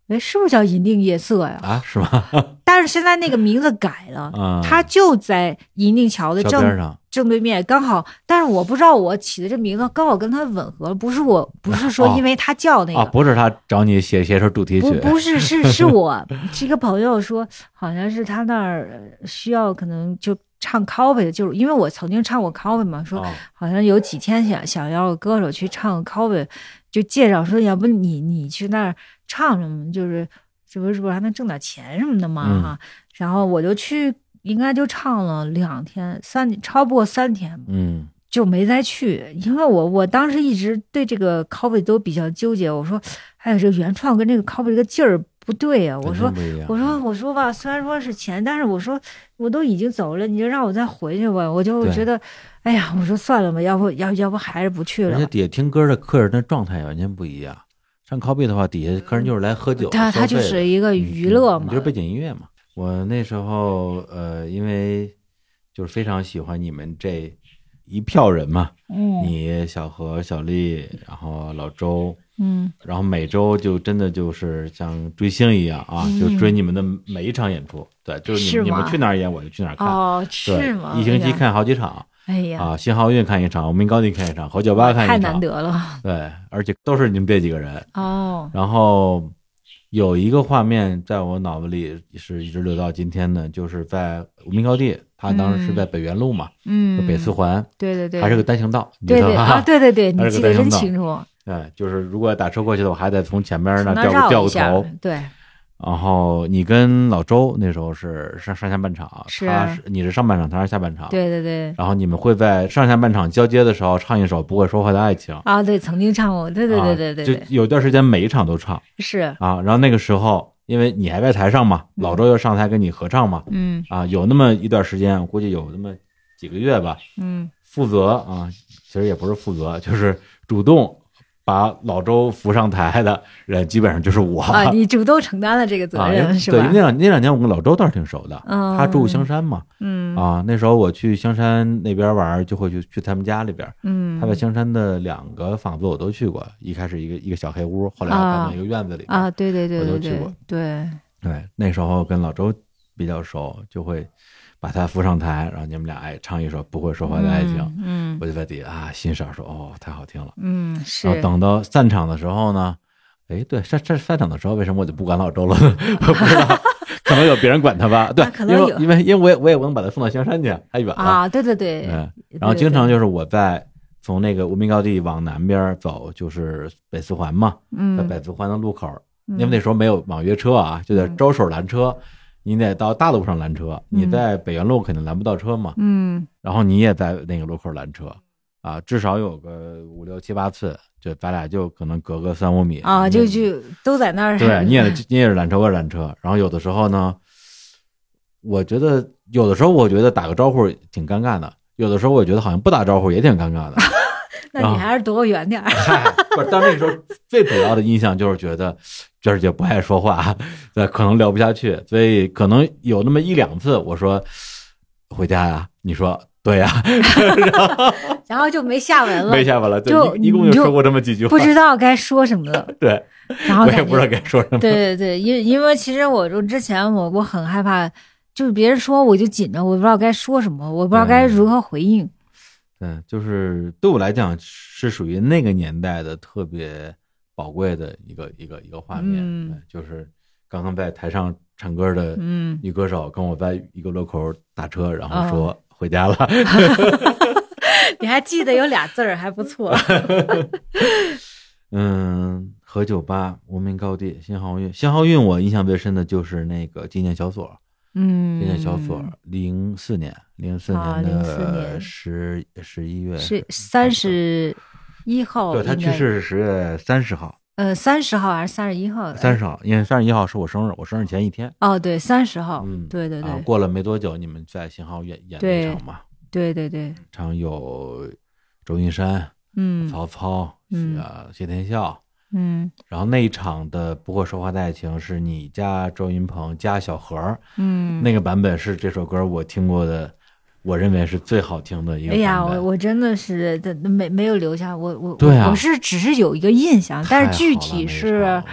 哎，是不是叫银锭夜色呀？ 啊，是吗？ 但是现在那个名字改了， 嗯， 它就在银锭桥的正上正对面，刚好。但是我不知道我起的这名字刚好跟它吻合，不是我，不是说因为他叫那个， 啊，不是他找你写写首主题曲， 不不是，是是我是一个朋友说，好像是他那儿需要可能就唱 cover 的，就是因为我曾经唱过 cover 嘛，说好像有几天想想要歌手去唱 cover， 就介绍说，要不你你去那儿唱什么，就是这不是是不是还能挣点钱什么的嘛哈、嗯，然后我就去，应该就唱了两天三超不过三天， 嗯， 就没再去，因为我我当时一直对这个 cover 都比较纠结，我说还有这个原创跟这个 cover 这个劲儿不对啊，我说我说我说吧，虽然说是钱，但是我说我都已经走了，你就让我再回去吧，我就觉得，哎呀，我说算了吧，要不要要不还是不去了。 而且底下听歌的客人的状态完全不一样，上 cover 的话，底下客人就是来喝酒， 他他就是一个娱乐嘛， 嗯、就是背景音乐嘛。我那时候呃，因为就是非常喜欢你们这一票人嘛， 嗯， 你小何、小丽，然后老周。 嗯， 然后每周就真的就是像追星一样啊，嗯、就追你们的每一场演出。对，就是你们你们去哪儿演，我就去哪儿看。 哦，是吗？ 一星期看好几场。 哎呀， 啊，新奥运看一场，无名高地看一场，侯酒吧看一场， 太难得了。 对，而且都是你们这几个人。 哦。 然后有一个画面在我脑子里是一直留到今天的，就是在无名高地，他当时是在北园路嘛， 嗯， 北四环， 对对对， 还是个单行道， 对对啊，对对对，你记得真清楚。 对，就是如果打车过去的，我还得从前面那掉掉个头。 对。 然后你跟老周那时候是上上下半场， 是他是你是上半场，他是下半场。 对对对。 然后你们会在上下半场交接的时候唱一首《不会说话的爱情》 啊，对，曾经唱过，对对对对对对。 就有段时间每一场都唱。 是啊，然后那个时候因为你还在台上嘛，老周又上台跟你合唱嘛， 嗯啊，有那么一段时间，我估计有那么几个月吧， 嗯， 负责啊，其实也不是负责，就是主动把老周扶上台的人基本上就是我啊，你主动承担了这个责任、 啊、 是吧？ 对，那两那两年我跟老周倒是挺熟的， 嗯， 他住香山嘛， 嗯啊，那时候我去香山那边玩，就会去去他们家里边， 嗯， 他在香山的两个房子我都去过，一开始一个一个小黑屋，后来搬到一个院子里啊，对对对对对， 我都去过， 对对，那时候跟老周比较熟，就会把他扶上台，然后你们俩哎唱一首《不会说话的爱情》， 嗯， 我就在底下啊欣赏说哦太好听了， 嗯是。 然后等到散场的时候呢，哎对，散散散场的时候为什么我就不管老周了呢？我不知道，可能有别人管他吧？对， 可能有， 因为因为因为我也我也不能把他送到香山去，太远了啊！对对对， 嗯，然后经常就是我在从那个无名高地往南边走，就是北四环嘛， 嗯， 在北四环的路口，因为那时候没有网约车啊，就在招手拦车。嗯，你得到大路上拦车，你在北园路肯定拦不到车嘛， 嗯， 然后你也在那个路口拦车，啊，至少有个五六七八次，就咱俩就可能隔个三五米啊，就就都在那儿。 对，你也你也是拦车我拦车，然后有的时候呢，我觉得有的时候我觉得打个招呼挺尴尬的，有的时候我觉得好像不打招呼也挺尴尬的。 那你还是躲我远点儿。 嗨，不是，但那个时候最主要的印象就是觉得娟儿姐不爱说话，对，可能聊不下去，所以可能有那么一两次我说回家呀，你说对呀，然后然后就没下文了， 没下文了，就一共就说过这么几句话， 不知道该说什么了。 对， 然后我也不知道该说什么。 对对对，因因为其实我就之前我我很害怕，就是别人说我就紧张，我不知道该说什么，我不知道该如何回应。 嗯，就是对我来讲是属于那个年代的特别宝贵的一个一个一个画面， 嗯， 就是刚刚在台上唱歌的女歌手跟我在一个路口打车，然后说回家了。 哦、你还记得有俩字儿，还不错。 嗯，和酒吧、无名高地、新奥运，新奥运我印象最深的就是那个纪念小所。 嗯， 纪念小所，零四年，零四年的十十一月， 是三十一号。 对，他去世是十月三十号。 呃，三十号还是三十一号？ 三十号，因为三十一号是我生日，我生日前一天。 哦，对，三十号。 嗯， 对对对、 啊。过了没多久，你们在新浩演演那场嘛？ 对对对， 场有周云山， 嗯， 曹操， 嗯啊，谢天笑。 嗯， 然后那一场的不会说话的爱情是你加周云鹏加小何， 嗯， 那个版本是这首歌我听过的，我认为是最好听的一个版本。 哎呀，我我真的是没没有留下，我我对啊， 我是只是有一个印象，但是具体是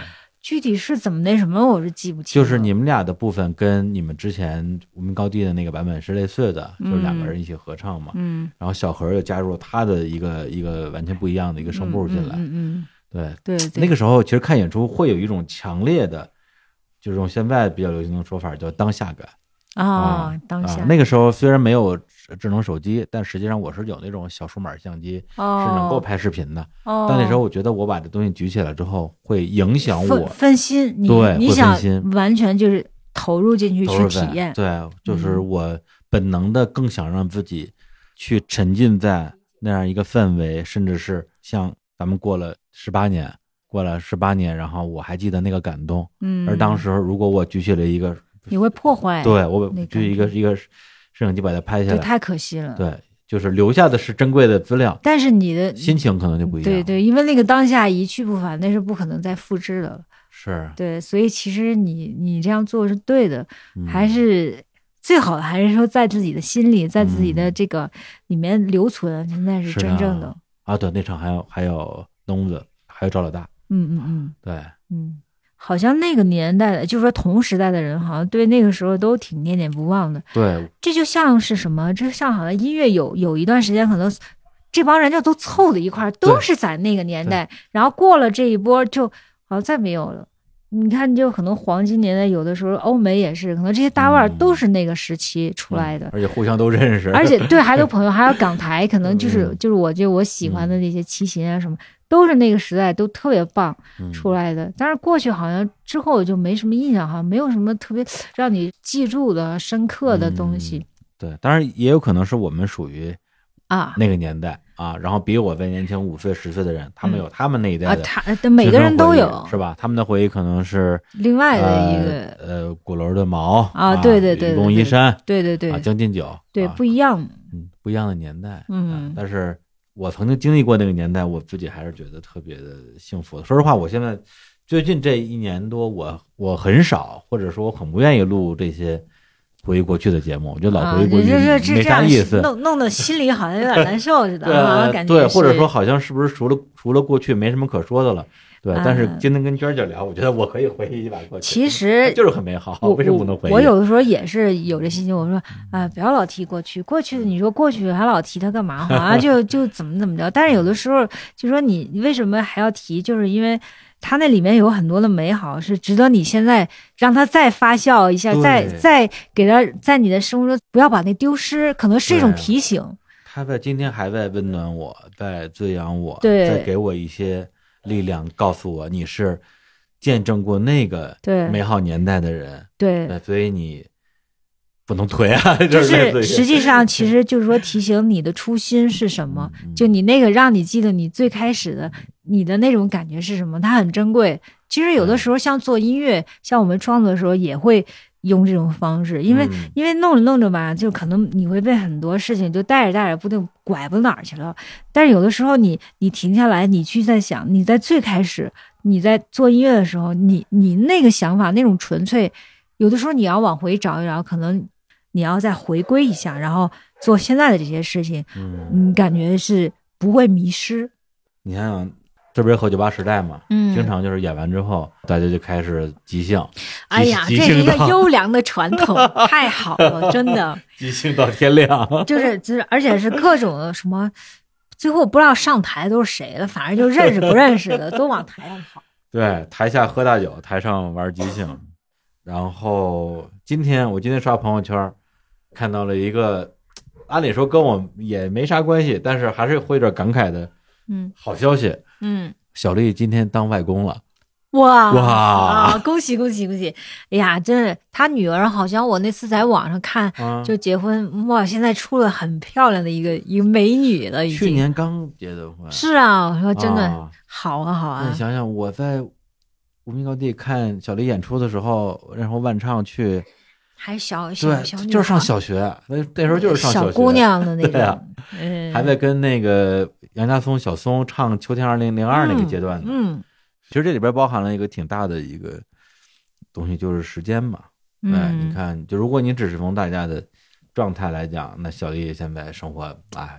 具体是怎么那什么，我是记不清。 就是你们俩的部分跟你们之前无名高地的那个版本是类似的， 嗯、 就是两个人一起合唱嘛。 嗯， 然后小何又加入了他的一个一个完全不一样的一个声部进来。 嗯嗯嗯， 对对对。 那个时候其实看演出会有一种强烈的，就是用现在比较流行的说法叫当下感。 啊、 哦， 当下、 啊。那个时候虽然没有智能手机，但实际上我是有那种小数码相机， 哦、 是能够拍视频的。 哦， 但那时候我觉得我把这东西举起来之后，会影响我分分心。你对， 你想完全就是投入进去去体验。 对，就是我本能的更想让自己去沉浸在那样一个氛围，甚至是像咱们过了十八年，过了十八年，然后我还记得那个感动。 嗯， 而当时如果我举起了一个， 你会破坏。 对，我就一个一个摄影机把它拍下来， 对，太可惜了。 对，就是留下的是珍贵的资料， 但是你的心情可能就不一样。 对对，因为那个当下一去不返，那是不可能再复制的了。 是， 对，所以其实你你这样做是对的， 嗯、 还是最好的，还是说在自己的心里，在自己的这个里面留存，现在是真正的。 的啊，对，那场还有还有东子，还有赵老大。 嗯嗯嗯， 对， 嗯。好像那个年代的，就是说同时代的人，好像对那个时候都挺念念不忘的。 对， 这就像是什么？这像好像音乐有有一段时间，可能这帮人就都凑在一块儿，都是在那个年代。然后过了这一波，就好像再没有了。你看，就可能黄金年代，有的时候欧美也是，可能这些大腕儿都是那个时期出来的， 嗯、而且互相都认识， 而且对，还有朋友，还有港台，可能就是、嗯、就是我就我喜欢的那些齐秦啊什么。嗯，都是那个时代都特别棒出来的，嗯、但是过去好像之后就没什么印象，好像没有什么特别让你记住的深刻的东西。 嗯、对，当然也有可能是我们属于啊那个年代啊，然后比我再年轻五岁十岁的人，他们有他们那一代的、 嗯、啊，他每个人都有是吧？他们的回忆可能是另外的一个呃, 呃鼓楼的毛啊，对对对， 愚公移山， 对对对， 啊将进酒， 对、 啊、 不一样， 嗯，不一样的年代， 嗯， 啊、但是。我曾经经历过那个年代，我自己还是觉得特别的幸福的。说实话，我现在最近这一年多，我我很少，或者说我很不愿意录这些回忆过去的节目。我觉得老回忆过去没啥意思， 啊、弄弄得心里好像有点难受似的， 对、 啊、感觉对，或者说好像是不是除了除了过去没什么可说的了。对，但是今天跟娟姐聊，我觉得我可以回忆一把过去， 其实就是很美好。为什么不能回忆？ 我有的时候也是有这心情，我说啊、呃，不要老提过去，过去的你说过去还老提它干嘛？好像就就怎么怎么着。但是有的时候就说你为什么还要提？就是因为它那里面有很多的美好，是值得你现在让它再发酵一下，再再给它在你的生活中不要把那丢失，可能是一种提醒。 它在今天还在温暖我，在滋养我， 对， 在给我一些力量，告诉我你是见证过那个美好年代的人， 对， 所以你不能推啊。 就是实际上，其实就是说提醒你的初心是什么， 嗯、 就你那个让你记得你最开始的你的那种感觉是什么，它很珍贵。其实有的时候像做音乐，像我们创作的时候也会用这种方式，因为、 嗯、 因为弄着弄着吧，就可能你会被很多事情就带着带着不定拐不哪儿去了。但是有的时候你你停下来，你去在想，你在最开始你在做音乐的时候，你你那个想法那种纯粹，有的时候你要往回找一找，可能你要再回归一下，然后做现在的这些事情， 嗯， 你感觉是不会迷失。 你想想。这不是喝酒吧时代嘛， 嗯， 经常就是演完之后，大家就开始即兴。 哎呀，这是一个优良的传统，太好了，真的。 即兴到天亮， 就是就是，而且是各种的什么，最后不知道上台都是谁了，反正就认识不认识的都往台上跑。 对，台下喝大酒，台上玩即兴。然后今天我今天刷朋友圈，看到了一个，按理说跟我也没啥关系，但是还是会有点感慨的。 嗯， 好消息， 嗯， 小丽今天当外公了， 哇哇啊！恭喜恭喜恭喜！哎呀，真是他女儿好像我那次在网上看， 啊、 就结婚哇，现在出了很漂亮的一个一个美女了，已经。 去年刚结的婚。 是啊，我说真的、 啊、 好啊好啊！ 你想想，我在无名高地看小丽演出的时候，然后万唱去。 还小小小女， 就是上小学，那那时候就是上小学， 小姑娘的那种， 对啊， 嗯， 还在跟那个杨家松、小松唱《秋天二零零二》那个阶段呢。 嗯， 其实这里边包含了一个挺大的一个东西，就是时间嘛。 嗯， 哎，你看，就如果你只是从大家的状态来讲，那小丽现在生活啊，就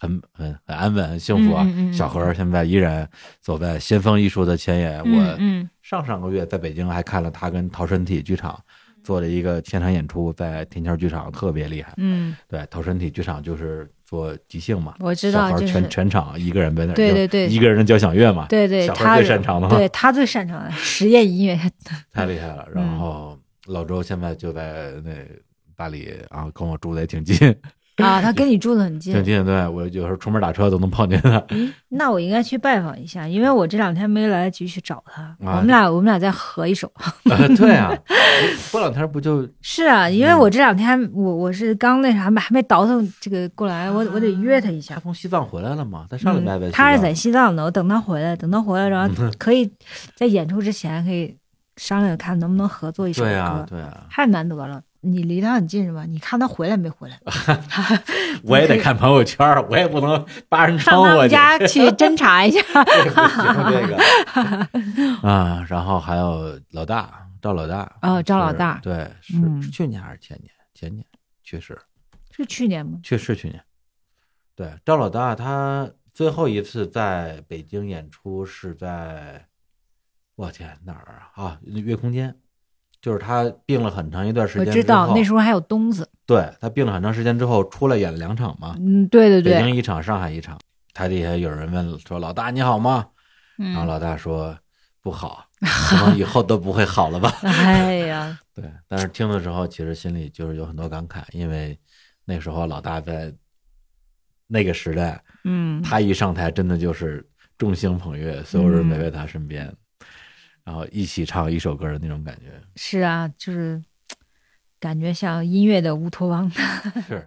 很很很安稳很幸福啊。 嗯嗯嗯、 小何现在依然走在先锋艺术的前沿。 嗯、 我上上个月在北京还看了他跟陶身体剧场做了一个现场演出，在天桥剧场特别厉害。 嗯， 对，陶身体剧场就是做即兴嘛， 我知道， 小孩全、 就是、 全场一个人在那， 对对对， 一个人的交响乐嘛， 对对， 小孩最擅长的嘛， 对他最擅长的实验音乐， 太厉害了。然后老周现在就在那大理啊，跟我住的也挺近啊，他跟你住的很近， 挺近。对，我有时候出门打车都能碰见他。 嗯，那我应该去拜访一下，因为我这两天没来得及去找他。啊、我们俩我们俩再合一首。 呃、对啊，过两天不就？ 是啊，因为我这两天、嗯、我我是刚那啥，还没倒腾这个过来，我我得约他一下。 他从西藏回来了吗？他上礼拜在、 嗯、他是在西藏的，我等他回来，等他回来，然后可以在演出之前可以商量看能不能合作一首歌。 对啊，对啊， 太难得了。你离他很近是吧？你看他回来没回来？ 我也得看朋友圈，我也不能扒人窗户上他们家去侦查一下。 这个啊，然后还有老大赵老大哦，赵老大， 对，是、嗯、是去年还是前年？前年去世， 是去年吗？ 去世去年。对，赵老大他最后一次在北京演出是在，我天哪儿啊啊，月空间。就是他病了很长一段时间之后， 我知道那时候还有东子。 对，他病了很长时间之后出来演了两场嘛。 嗯，对对对， 北京一场，上海一场。台底下有人问说：“老大你好吗？” 嗯、 然后老大说：“不好，可能以后都不会好了吧。” 哎呀， 对。但是听的时候，其实心里就是有很多感慨，因为那时候老大在那个时代， 嗯， 他一上台真的就是众星捧月，所有人围在他身边。嗯，然后一起唱一首歌的那种感觉。 是啊，就是感觉像音乐的乌托邦。 是。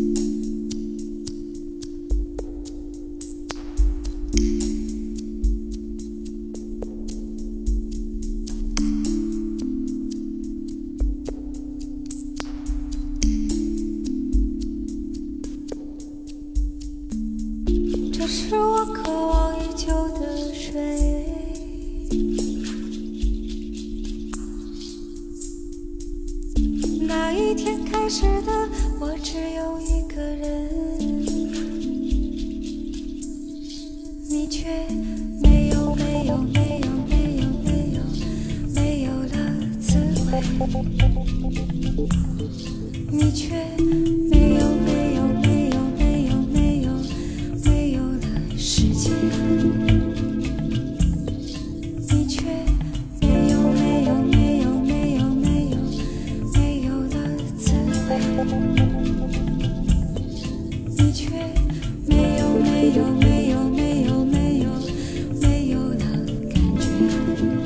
这是我渴望已久的水，那一天开始的我只有一个人，你却没有没有没有没有没有没有了滋味，你却没有没有没有没有没有没有了时间，你却没有没有没有没有没有没有了滋味，你却没有没有没有没有没有没有了感觉。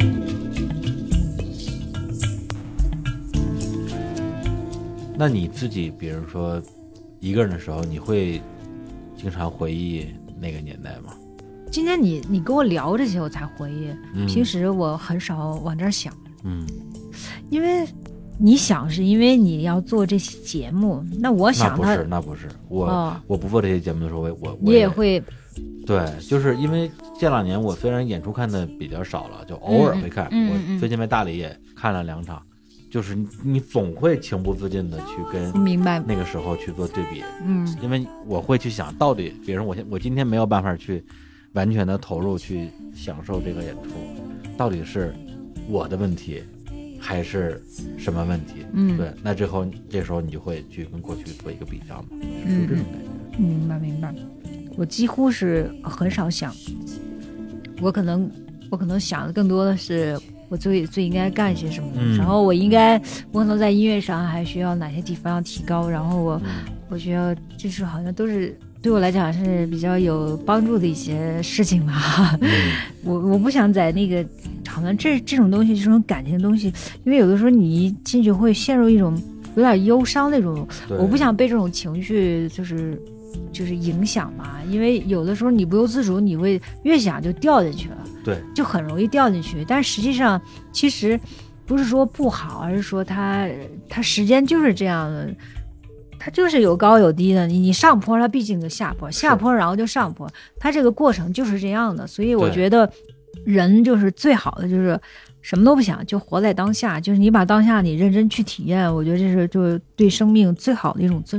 那你自己比如说一个人的时候，你会经常回忆那个年代吗？ 今天你你跟我聊这些我才回忆、嗯、平时我很少往这儿想。 嗯， 因为你想是因为你要做这期节目，那我想那不是那不是我、哦、我不做这些节目的时候我我你也会对，就是因为这两年我虽然演出看的比较少了，就偶尔会看、 嗯嗯、我最近在大理也看了两场，就是你总会情不自禁的去跟明白那个时候去做对比。 嗯， 因为我会去想到底比如我我今天没有办法去完全的投入去享受这个演出，到底是我的问题还是什么问题？ 嗯， 对，那之后这时候你就会去跟过去做一个比较嘛， 嗯， 就这种感觉。 明白明白。我几乎是很少想，我可能我可能想的更多的是我最最应该干些什么、嗯、然后我应该我可能在音乐上还需要哪些地方要提高，然后我、嗯、我需要就是好像都是对我来讲是比较有帮助的一些事情吧、嗯、我我不想在那个好像这这种东西这种感情的东西，因为有的时候你一进去会陷入一种有点忧伤那种，我不想被这种情绪就是就是影响嘛，因为有的时候你不由自主你会越想就掉进去了， 对， 就很容易掉进去。但实际上其实不是说不好，而是说它它时间就是这样的，它就是有高有低的，你你上坡它毕竟就下坡，下坡然后就上坡，它这个过程就是这样的。所以我觉得人就是最好的就是什么都不想，就活在当下，就是你把当下你认真去体验，我觉得这是就是对生命最好的一种尊重。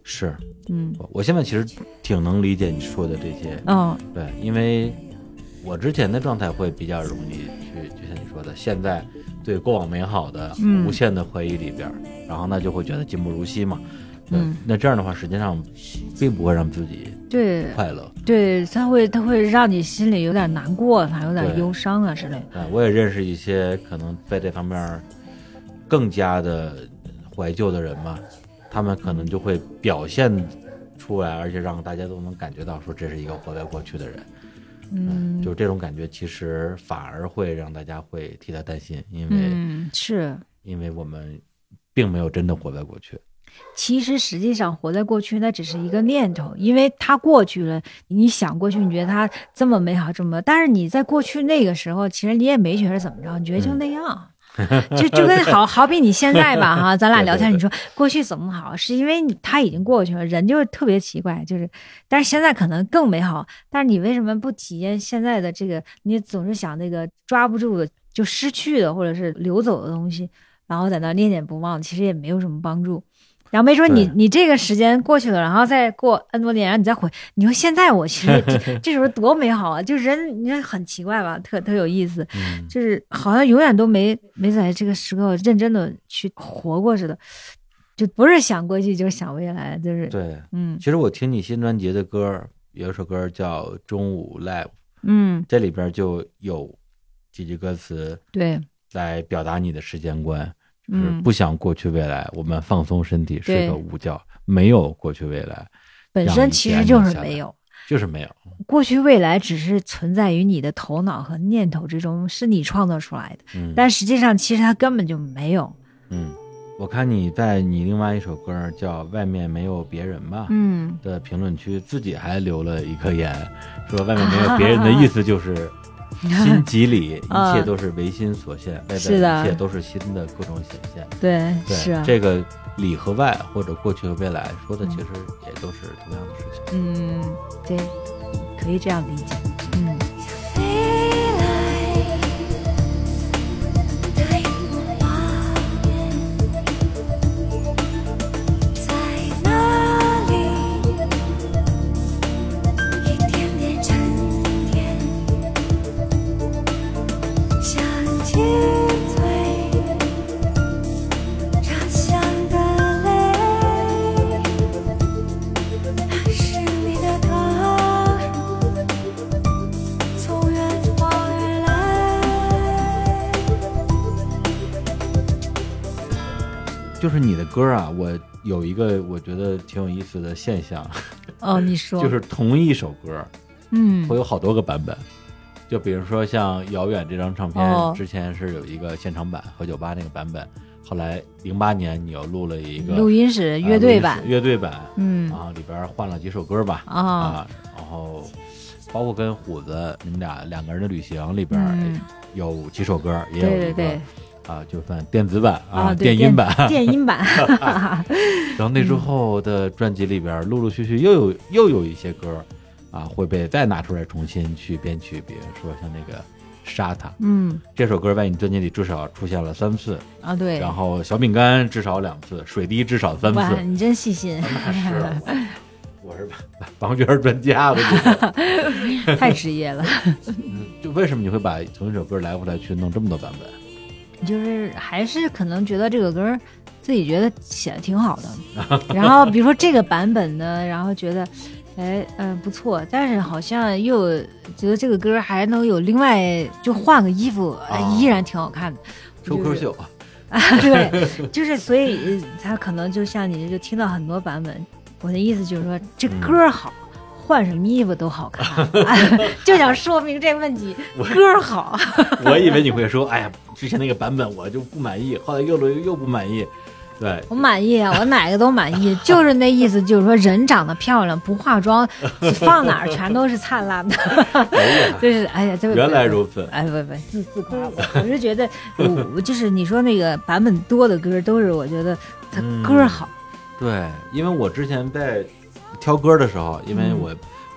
是， 嗯我我现在其实挺能理解你说的这些， 嗯对，因为我之前的状态会比较容易去，就像你说的，陷在对过往美好的嗯无限的回忆里边，然后呢就会觉得今不如昔嘛。对嗯， 那这样的话，实际上并不会让自己对快乐。 对，它会它会让你心里有点难过，还有点对忧伤啊之类的。 对，我也认识一些可能在这方面更加的怀旧的人嘛，他们可能就会表现出来，而且让大家都能感觉到说这是一个活在过去的人。 嗯， 就是这种感觉，其实反而会让大家会替他担心，因为、 嗯是。 因为我们并没有真的活在过去。 其实实际上活在过去那只是一个念头，因为它过去了，你想过去，你觉得它这么美好这么，但是你在过去那个时候，其实你也没觉得怎么着，你觉得就那样。就就跟好好比你现在吧哈，咱俩聊天， 对对对你说过去怎么好，是因为你它已经过去了，人就是特别奇怪，就是，但是现在可能更美好，但是你为什么不体验现在的这个？你总是想那个抓不住的，就失去的或者是流走的东西，然后在那念念不忘，其实也没有什么帮助。然后没准你对你这个时间过去了，然后再过 N 多年，然后你再回，你说现在我其实这这时候多美好啊！就人，你看很奇怪吧，特特有意思， 嗯， 就是好像永远都没没在这个时刻认真的去活过似的，就不是想过去就是想未来，就是对。 嗯其实我听你新专辑的歌，有一首歌叫《中午 Live》， 嗯， 这里边就有几句歌词对， 来表达你的时间观。就是嗯， 不想过去未来，我们放松身体，睡对个午觉，没有过去未来， 本身其实就是没有。 就是没有。 过去未来只是存在于你的头脑和念头之中，是你创造出来的， 嗯， 但实际上其实它根本就没有。 嗯，我看你在你另外一首歌叫《外面没有别人》吧， 嗯， 的评论区自己还留了一颗言，说外面没有别人的意思就是心即理，一切都是唯心所现，外是的在一切都是心的各种显现。 对， 对， 是啊， 这个里和外或者过去和未来说的其实也都是同样的事情。 嗯，对，可以这样理解。嗯， 飞来的樱花面，在哪里？一点点沉淀，像积醉茶香的泪，那是你的他，从远方而来。 就是你的歌啊，我有一个我觉得挺有意思的现象， 哦，你说， 就是同一首歌嗯会有好多个版本。就比如说像《遥远》这张唱片， 哦之前是有一个现场版和酒吧那个版本，后来零八年你又录了一个录音室乐队版呃，乐队版， 嗯然后里边换了几首歌吧， 啊啊，然后包括跟虎子你们俩两个人的旅行里边嗯有几首歌，也有一个对对对啊，就算电子版啊，对电音版， 电音版， 然后那之后的专辑里边陆陆续续又有又有一些歌啊会被再拿出来重新去编曲，比如说像那个沙塔嗯这首歌在你专辑里至少出现了三次， 啊，对， 然后小饼干至少两次，水滴至少三哇， 次。 你真细心， 那是我我是王娟专家，我觉得太职业了。 就为什么你会把同一首歌来回来去弄这么多版本？ 就是还是可能觉得这个歌自己觉得写的挺好的，然后比如说这个版本呢，然后觉得，哎，嗯、不错，但是好像又觉得这个歌还能有另外就换个衣服，哎哦依然挺好看的。 抽科秀， 啊，对，就是所以呃他可能就像你就听到很多版本，我的意思就是说这歌好。换什么衣服都好看，就想说明这问题。歌好， 我以为你会说，哎呀，之前那个版本我就不满意，后来又又又不满意。对， 我满意啊，我哪个都满意，就是那意思，就是说人长得漂亮，不化妆，放哪儿全都是灿烂的。 哎呀， 就是哎呀，这原来如此。 哎，不不，自自夸我，我是觉得我我就是你说那个版本多的歌，都是我觉得他歌好。 对，因为我之前在挑歌的时候，因为我、 嗯、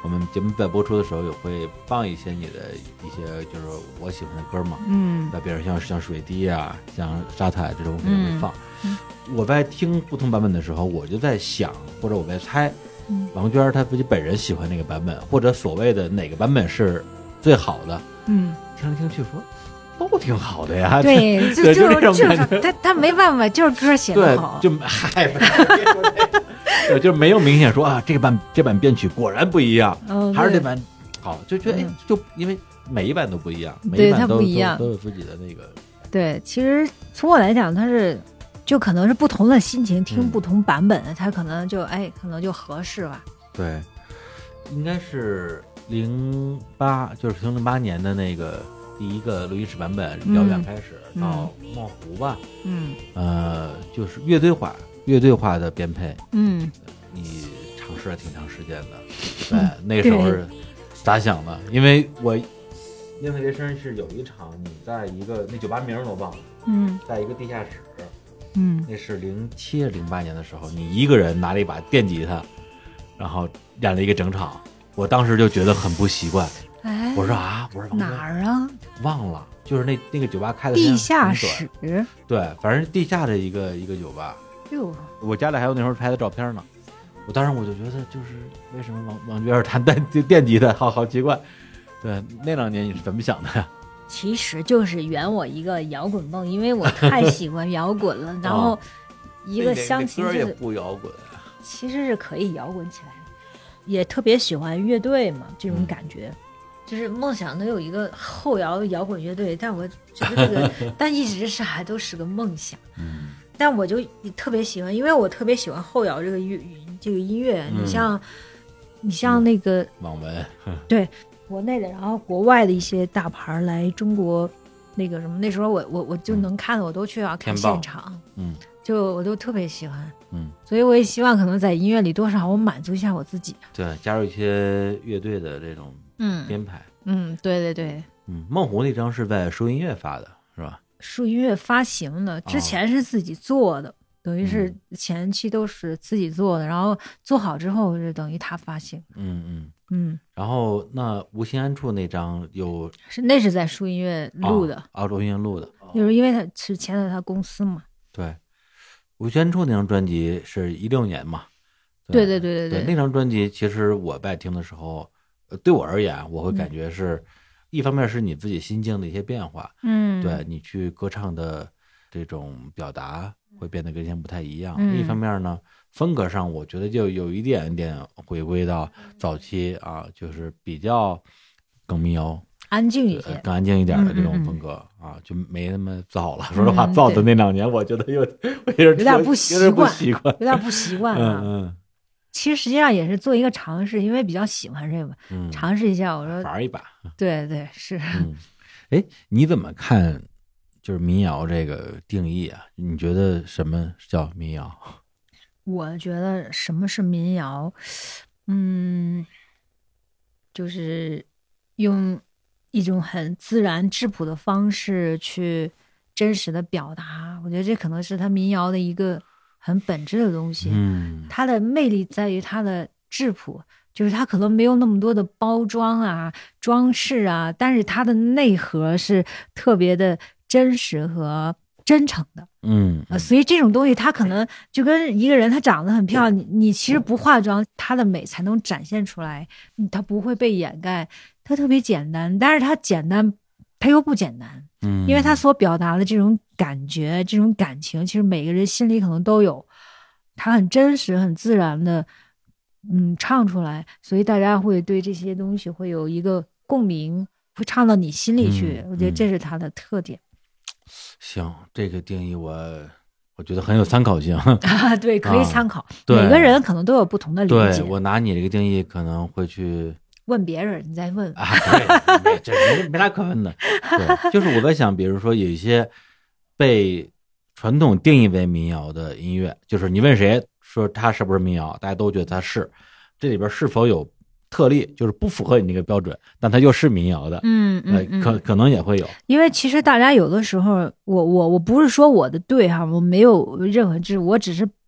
我们节目在播出的时候也会放一些你的一些就是我喜欢的歌嘛， 嗯那比如像像水滴啊，像沙滩这种我也会放。 嗯我在听不同版本的时候，我就在想，或者我在猜， 嗯王娟她自己本人喜欢哪个版本，或者所谓的哪个版本是最好的。 嗯， 听来听去说都挺好的呀。 对，就对就就这种就感觉是他他没办法，就是歌写对的好，， 就嗨，别说这个对，就是没有明显说啊，这个版这版编曲果然不一样， 嗯，对还是这版好，就觉得哎嗯， 就因为每一版都不一样，每对它一版都不一样都都有自己的那个。 对，其实从我来讲，它是就可能是不同的心情听嗯不同版本，它可能就哎，可能就合适吧。 对，应该是零八，就是从零八年的那个第一个录音室版本嗯遥远开始、 嗯到梦湖吧， 嗯呃，就是乐队化乐队化的编配， 嗯你尝试了挺长时间的。对，那时候是咋想的？因为我印象特别深，是有一场你在一个那酒吧名儿我忘了， 嗯在一个地下室， 嗯那是零七零八年的时候，你一个人拿了一把电吉他，然后演了一个整场。我当时就觉得很不习惯， 哎， 我说啊，我说王哪儿啊？ 娟忘了，就是那那个酒吧开的时间地下很室短，。对，反正是地下的一个一个酒吧。 哟， 我家里还有那时候拍的照片呢。我当时我就觉得，就是为什么王王娟弹电电吉他，好好奇怪。对，那两年你是怎么想的呀？ 其实就是圆我一个摇滚梦，因为我太喜欢摇滚了。然后一个乡情那歌也就是不摇滚啊。 其实是可以摇滚起来的，也特别喜欢乐队嘛，这种感觉。就是梦想能有一个后摇摇滚乐队，但我觉得这个，但一直是还都是个梦想。 嗯但我就特别喜欢，因为我特别喜欢后摇这个乐这个音乐。 嗯你像，你像那个网文， 国内的，然后国外的一些大牌来中国，那个什么，那时候我我我就能看的，我都去要看天豹现场， 嗯就我都特别喜欢。 嗯， 所以我也希望可能在音乐里多少我满足一下我自己。 对，加入一些乐队的这种嗯编排。 嗯，对对对。 嗯，梦湖那张是在树音乐发的，是吧？ 树音乐发行的，之前是自己做的，等于是嗯前期都是自己做的，然后做好之后是等于他发行。 嗯嗯。 嗯， 然后那无心安处那张有是那是在树音乐录的， 啊，澳洲音乐录的， 就是因为他是签的他公司嘛。 对，无心安处那张专辑是一六年嘛？ 对对对对对那张专辑其实我在听的时候，呃对我而言，我会感觉是、一方面是你自己心境的一些变化， 嗯， 对你去歌唱的这种表达会变得跟以前不太一样。 嗯另一方面呢，风格上我觉得就有一点点回归到早期啊，就是比较更民谣、 安静一呃些。 更安静一点的这种嗯嗯嗯风格啊，就没那么燥了。说实话， 嗯燥的对那两年，我觉得有我有点有点不习有点不惯习惯。 有点不习惯啊。 嗯其实实际上也是做一个尝试，因为比较喜欢这个， 嗯嗯， 尝试一下。我说， 玩一把。 对对是。 嗯，哎，你怎么看？就是民谣这个定义啊？你觉得什么叫民谣？ 我觉得什么是民谣，嗯，就是用一种很自然质朴的方式去真实的表达。我觉得这可能是它民谣的一个很本质的东西。 嗯它的魅力在于它的质朴，就是它可能没有那么多的包装啊、装饰啊，但是它的内核是特别的真实和真诚的。 嗯呃，所以这种东西，它可能就跟一个人他长得很漂亮，你你其实不化妆，他的美才能展现出来，嗯它不会被掩盖，它特别简单，但是它简单，它又不简单， 嗯， 因为它所表达的这种感觉、这种感情，其实每个人心里可能都有，它很真实、很自然的，嗯，唱出来，所以大家会对这些东西会有一个共鸣，会唱到你心里去， 嗯我觉得这是它的特点。 行，这个定义我我觉得很有参考性。 啊，对，可以参考。 对每个人可能都有不同的理解。 对我拿你这个定义可能会去问别人，你再问。 啊，对，没这没没啥可问的。对，就是我在想，比如说有一些被传统定义为民谣的音乐，就是你问谁说它是不是民谣，大家都觉得它是，这里边是否有特例，就是不符合你这个标准，但它又是民谣的， 嗯呃嗯， 可可能也会有。 因为其实大家有的时候，我我我不是说我的对哈，我没有任何知识，我只是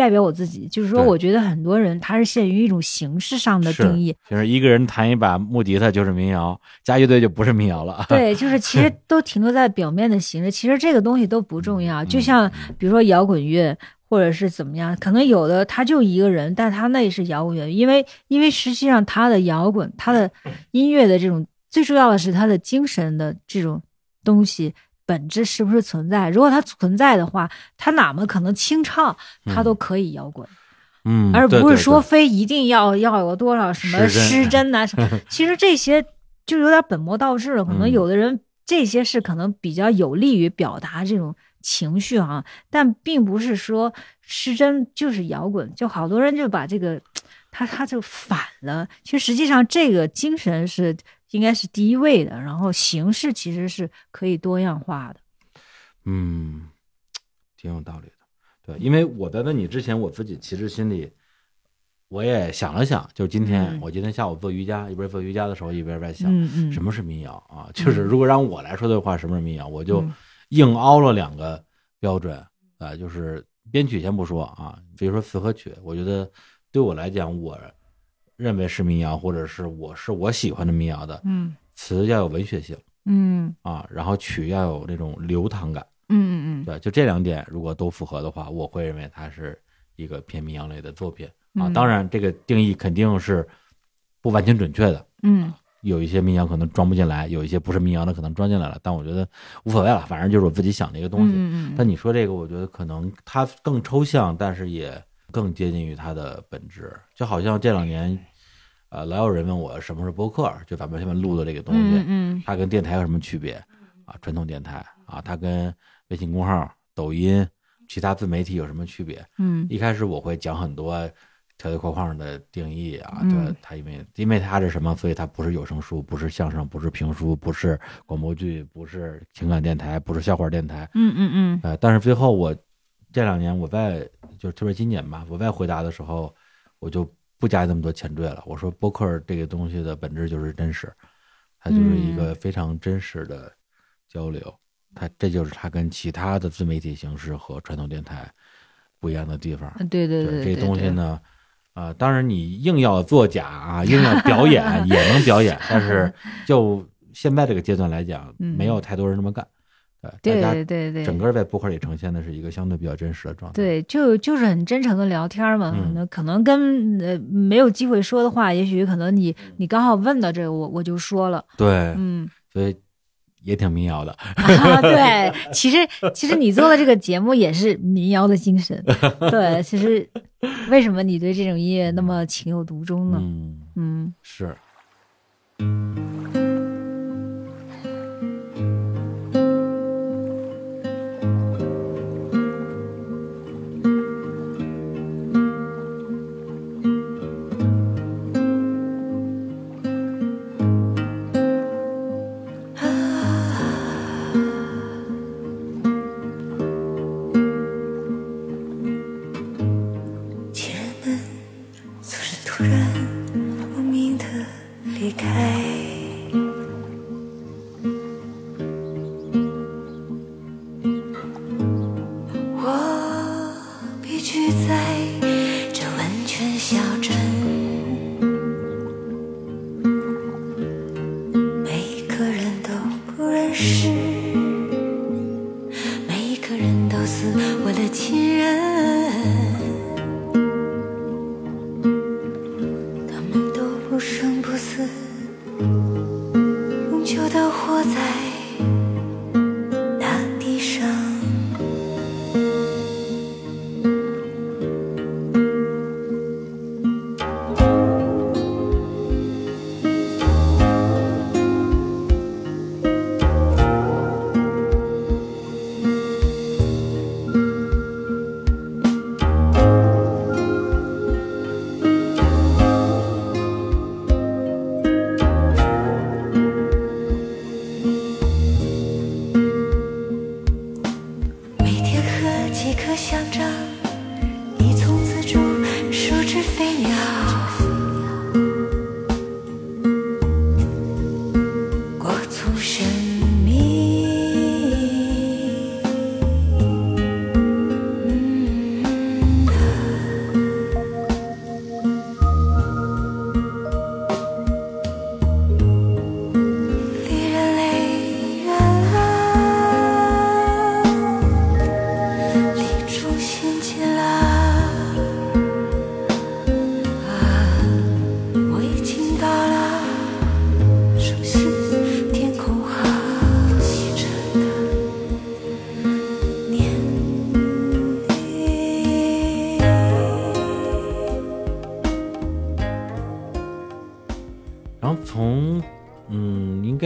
代表我自己，就是说， 对我觉得很多人他是限于一种形式上的定义， 就是一个人弹一把木吉他就是民谣，加乐队就不是民谣了。 对，就是其实都停留在表面的形式，其实这个东西都不重要。就像比如说摇滚乐，或者是怎么样，可能有的他就一个人，但他那是摇滚乐，因为因为实际上他的摇滚，他的音乐的这种最重要的是他的精神的这种东西。本质是不是存在？如果它存在的话，他哪么可能清唱，他都可以摇滚， 嗯， 而不是说对对对非一定要要有多少什么失真呐、啊。其实这些就有点本末倒置了。可能有的人这些是可能比较有利于表达这种情绪啊，但并不是说失真就是摇滚。就好多人就把这个他他就反了。其实实际上这个精神是。应该是第一位的，然后形式其实是可以多样化的。 嗯，挺有道理的。对，因为我在问你之前，我自己其实心里我也想了想，就今天、嗯、我今天下午做瑜伽，一边做瑜伽的时候一边在想， 嗯嗯、 什么是民谣啊？就是如果让我来说的话，什么是民谣，我就硬凹了两个标准啊、呃，就是编曲先不说啊，比如说词和曲，我觉得对我来讲，我认为是民谣，或者是我是我喜欢的民谣的， 嗯， 词要有文学性， 嗯啊，然后曲要有那种流淌感， 嗯嗯嗯， 对，就这两点如果都符合的话，我会认为它是一个偏民谣类的作品啊。 嗯、 当然，这个定义肯定是不完全准确的， 嗯， 有一些民谣可能装不进来，有一些不是民谣的可能装进来了，但我觉得无所谓了，反正就是我自己想的一个东西。 嗯嗯。 但你说这个，我觉得可能它更抽象，但是也更接近于它的本质，就好像这两年。呃，老有人问我什么是播客，就咱们现在录的这个东西， 嗯嗯， 它跟电台有什么区别啊？传统电台啊，它跟微信公号、抖音、其他自媒体有什么区别？ 嗯， 一开始我会讲很多条条框框的定义啊， 嗯、 对，它因为因为它是什么，所以它不是有声书，不是相声，不是评书，不是广播剧，不是情感电台，不是笑话电台， 嗯嗯嗯， 呃，但是最后我这两年我在就特别今年吧，我在回答的时候，我就。不加那么多前缀了。我说播客这个东西的本质就是真实，它就是一个非常真实的交流。嗯、它这就是它跟其他的自媒体形式和传统电台不一样的地方。 对对 对, 对， 这东西呢，啊、呃，当然你硬要作假啊，硬要表演也能表演，但是就现在这个阶段来讲， 嗯、 没有太多人这么干。 对对对对， 整个在播客里呈现的是一个相对比较真实的状态。 对，就就是很真诚的聊天嘛。 嗯、 那可能跟呃没有机会说的话，也许可能你你刚好问到这个，我我就说了。 对， 嗯， 所以也挺民谣的。 啊，对，其实其实你做的这个节目也是民谣的精神。对，其实为什么你对这种音乐那么情有独钟呢？ 嗯嗯， 是。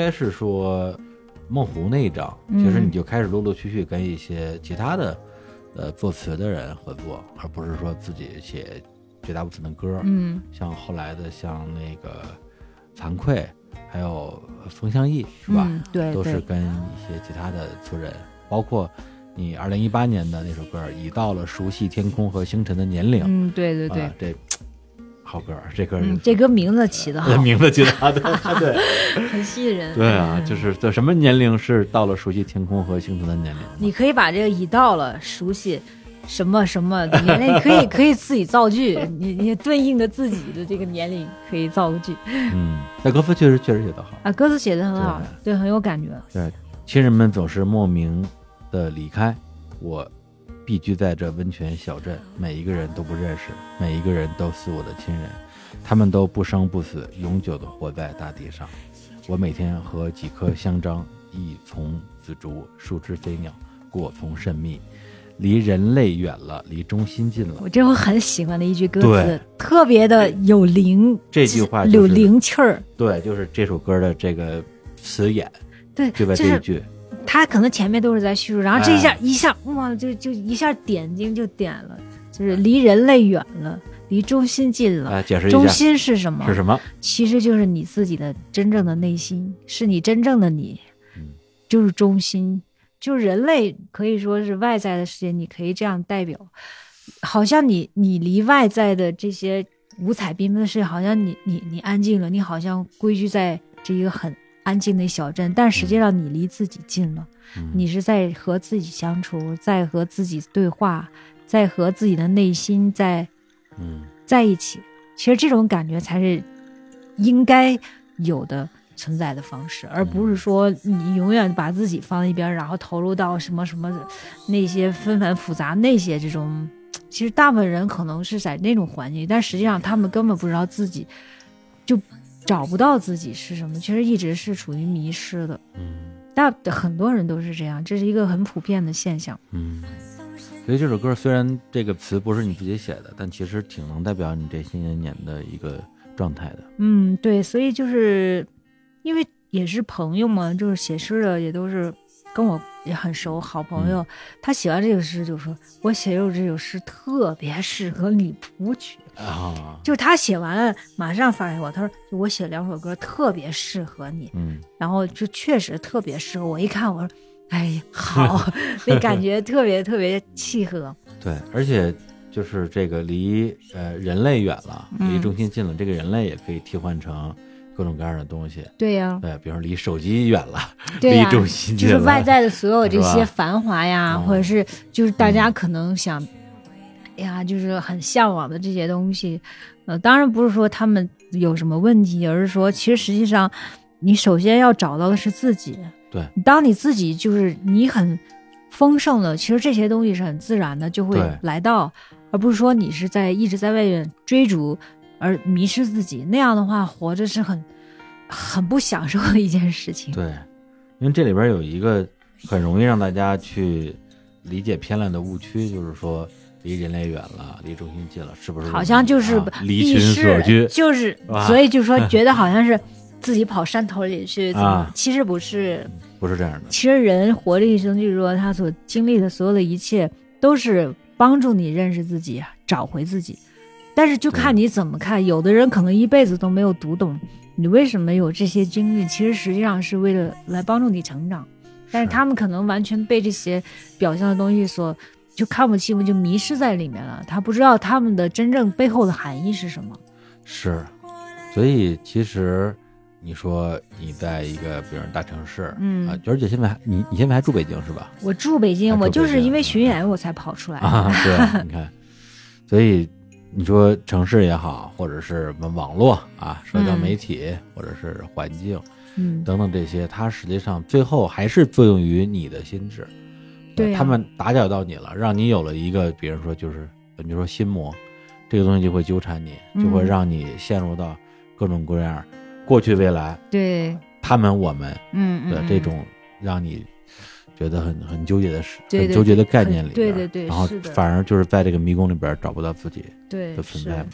该是说梦湖那一章， 嗯其实你就开始陆陆续续跟一些其他的呃作词的人合作，而不是说自己写绝大部分的歌。 嗯像后来的像那个惭愧，还有风向翼，是吧？ 嗯，对都是对， 跟一些其他的词人，包括你二零一八年的那首歌《已到了熟悉天空和星辰的年龄》。 嗯，对对对， 啊、这好歌，这歌、 嗯，这歌名字起的好这，名字记得好，对对很吸引人。 对啊， 嗯就是在什么年龄是到了熟悉天空和星辰的年龄呢？ 你可以把这个已到了熟悉什么什么的年龄，可以可以自己造句，你你对应的自己的这个年龄可以造个句嗯，那歌词确实确实写得好。 啊，歌词写的很好，对，很有感觉。 对，亲人们总是莫名的离开，我必居在这温泉小镇，每一个人都不认识，每一个人都是我的亲人，他们都不生不死，永久的活在大地上。我每天和几棵香樟、一丛紫竹、数只飞鸟，果丛甚密，离人类远了，离中心近了。 我这我很喜欢的一句歌词对， 特别的有灵， 这句话就是有灵气儿。 对，就是这首歌的这个词眼， 对， 就在就是这一句。 他可能前面都是在叙述，然后这一下、 哎一下哇，就就一下点睛就点了，就是离人类远了，离中心近了。 来、解释一中下心是什么？ 是什么？ 其实就是你自己的真正的内心，是你真正的你， 嗯就是中心。就是人类可以说是外在的世界，你可以这样代表，好像你你离外在的这些五彩缤纷的世界，好像你你你安静了，你好像归居在这一个很安静的小镇，但实际上你离自己近了， 嗯、 你是在和自己相处，在和自己对话，在和自己的内心在嗯在一起。其实这种感觉才是应该有的存在的方式，而不是说你永远把自己放在一边，然后投入到什么什么的那些纷繁复杂那些这种。其实大部分人可能是在那种环境，但实际上他们根本不知道自己，就找不到自己是什么，其实一直是处于迷失的。 嗯大很多人都是这样，这是一个很普遍的现象。 嗯。所以这首歌虽然这个词不是你自己写的，但其实挺能代表你这些年的一个状态的。 嗯，对，所以就是因为也是朋友嘛，就是写诗的也都是跟我也很熟，好朋友。嗯、他写完这个诗就说：“我写入这首诗特别适合你谱曲。” 啊， 就是他写完了，马上发给我，他说：“我写两首歌特别适合你。” 嗯， 然后就确实特别适合我。一看，我说：“哎呀，好，那感觉特别特别契合。” 对，而且就是这个离呃人类远了，离中心近了，嗯、这个人类也可以替换成各种各样的东西。 对呀、啊， 对，比如说离手机远了， 对呀、 离中心近了， 就是外在的所有这些繁华呀，或者是就是大家可能想， 嗯、 哎呀，就是很向往的这些东西。呃，当然不是说他们有什么问题，而是说其实实际上你首先要找到的是自己。 对， 当你自己就是你很丰盛了，其实这些东西是很自然的就会来到，而不是说你是在一直在外面追逐而迷失自己，那样的话活着是很很不享受的一件事情。 对，因为这里边有一个很容易让大家去理解偏了的误区，就是说离人类远了，离中心近了，是不是？ 好像就是离群所居， 就是所以就说觉得好像是自己跑山头里去， 啊， 其实不是， 不是这样的。 其实人活着一生，就是说他所经历的所有的一切，都是帮助你认识自己，找回自己。但是就看你怎么看，有的人可能一辈子都没有读懂你为什么有这些经历，其实实际上是为了来帮助你成长。但是他们可能完全被这些表象的东西所就看不清，就迷失在里面了。他不知道他们的真正背后的含义是什么。 是，所以其实你说你在一个比如大城市， 嗯啊，而且现在还你你现在还住北京是吧？ 我住北京， 住北京我就是因为巡演我才跑出来的。 啊，对，你看，所以你说城市也好，或者是什么网络啊、社交媒体，嗯、或者是环境， 嗯， 等等这些，它实际上最后还是作用于你的心智。 对、啊， 他们打搅到你了，让你有了一个，比如说就是，比如说心魔，这个东西就会纠缠你，就会让你陷入到各种各样、嗯、过去、未来， 对， 他们、我们， 嗯的这种让你觉得很很纠结的事， 对对对很纠结的概念里边， 对对对， 然后反而就是在这个迷宫里边找不到自己的存在嘛。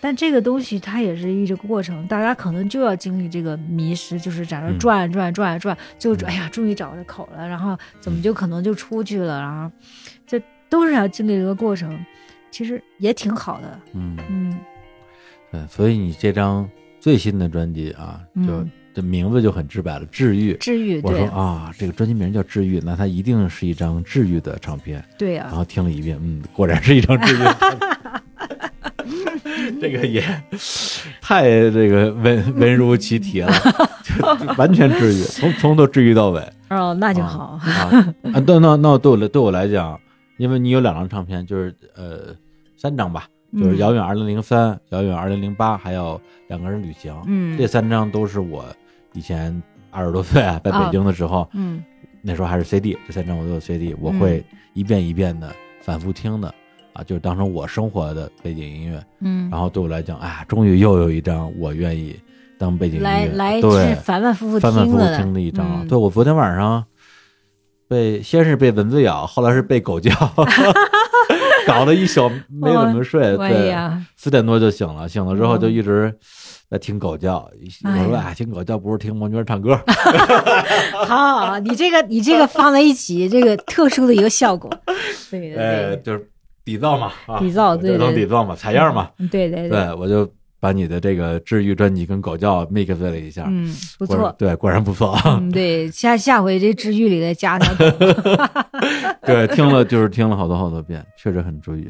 但这个东西它也是一个过程，大家可能就要经历这个迷失，就是在这转转转转，就哎呀，终于找着口了，然后怎么就可能就出去了，然后这都是要经历这个过程，其实也挺好的。 嗯嗯， 对，所以你这张最新的专辑啊，就、 嗯、 这名字就很直白了，治愈。 治愈， 我说对啊，这个专辑名叫治愈，那它一定是一张治愈的唱片。 对呀、 然后听了一遍，嗯，果然是一张治愈的唱片。这个也太这个文文如其题了，就完全治愈，从从头治愈到尾。 哦，那就好。 啊啊！那那那对我来对我来讲，因为你有两张唱片，就是呃三张吧，就是《遥远二零零三》、《遥远二零零八》，还有《两个人旅行》。 嗯， 这三张都是我以前二十多岁啊，在北京的时候， 嗯， 那时候还是 C D， 这三张我都有 C D， 我会一遍一遍的反复听的。啊，就是当成我生活的背景音乐， 嗯， 然后对我来讲，哎，终于又有一张我愿意当背景音乐， 来来对， 是反反复复反反复复的听的一张。 嗯、 对，我昨天晚上被先是被蚊子咬，后来是被狗叫，搞得一宿没怎么睡，对，四点多就醒了，醒了之后就一直在听狗叫。 嗯、 我说，哎，听狗叫不如听王娟唱歌。 好好，你这个你这个放在一起，这个特殊的一个效果。对对对， 呃，就是底噪嘛，啊， 底噪，对对，底噪嘛，采样嘛， 嗯、对对对，对我就把你的这个治愈专辑跟狗叫 mix 了一下， 嗯，不错， 对，果然不错， 嗯，对，下下回这治愈里再加条狗， 对，听了就是听了好多好多遍，确实很治愈。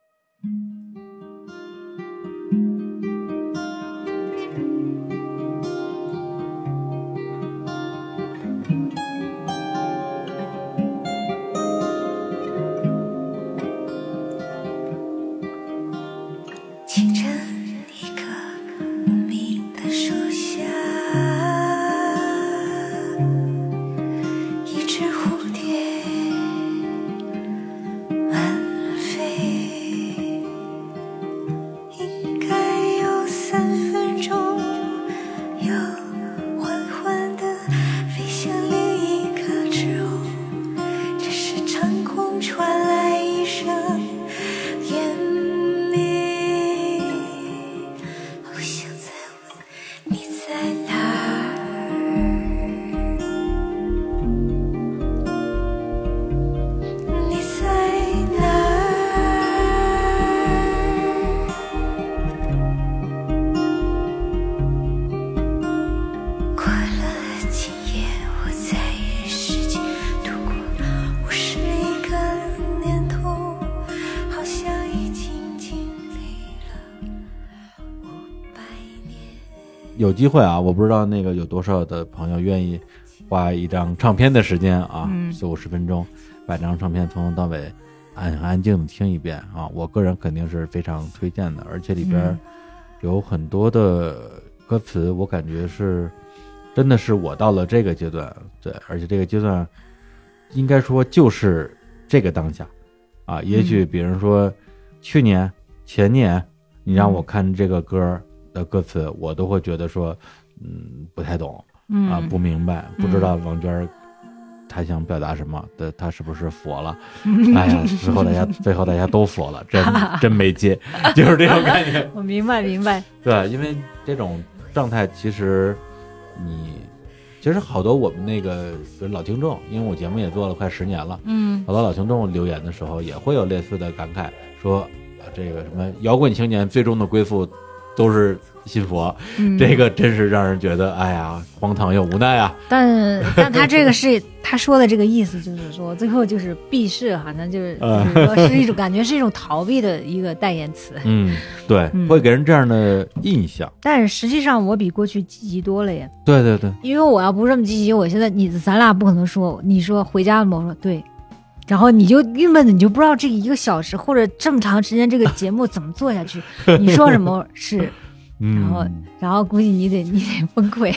有机会啊，我不知道那个有多少的朋友愿意花一张唱片的时间啊，四五十分钟，把这张唱片从头到尾安安静的听一遍啊，我个人肯定是非常推荐的，而且里边有很多的歌词，我感觉是真的是我到了这个阶段，对，而且这个阶段应该说就是这个当下啊，也许比如说去年、前年，你让我看这个歌的歌词，我都会觉得说，嗯，不太懂， 嗯啊，不明白，不知道王娟她想表达什么的，她是不是佛了？哎呀，最后大家最后大家都佛了，真真没接，就是这种感觉。 我明白明白， 对，因为这种状态，其实你其实好多我们那个比如老听众，因为我节目也做了快十年了， 嗯， 好多老听众留言的时候也会有类似的感慨，说这个什么摇滚青年最终的归宿都是信佛、嗯、这个真是让人觉得哎呀荒唐又无奈啊。 但但他这个是他说的这个意思，就是说最后就是避世，好像就是、呃、说是一种感觉是一种逃避的一个代言词。 嗯，对，嗯、会给人这样的印象。 但是实际上我比过去积极多了呀。 对对对， 因为我要不这么积极，我现在你咱俩不可能说你说回家了吗？我说对。然后你就郁闷的，你就不知道这一个小时或者这么长时间这个节目怎么做下去。你说什么是，然后、嗯、然后估计你得你得崩溃。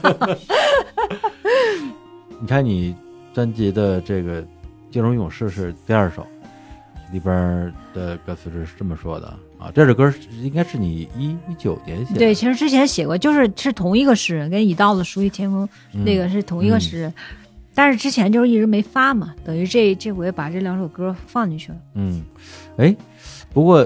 你看你专辑的这个《金融勇士》是第二首，里边的歌词是这么说的啊，这首歌应该是你一一九年写的。 对，其实之前写过，就是是同一个诗人，跟已到了熟悉天空、嗯、那个是同一个诗人。嗯但是之前就是一直没发嘛，等于这这回把这两首歌放进去了。 嗯，哎，不过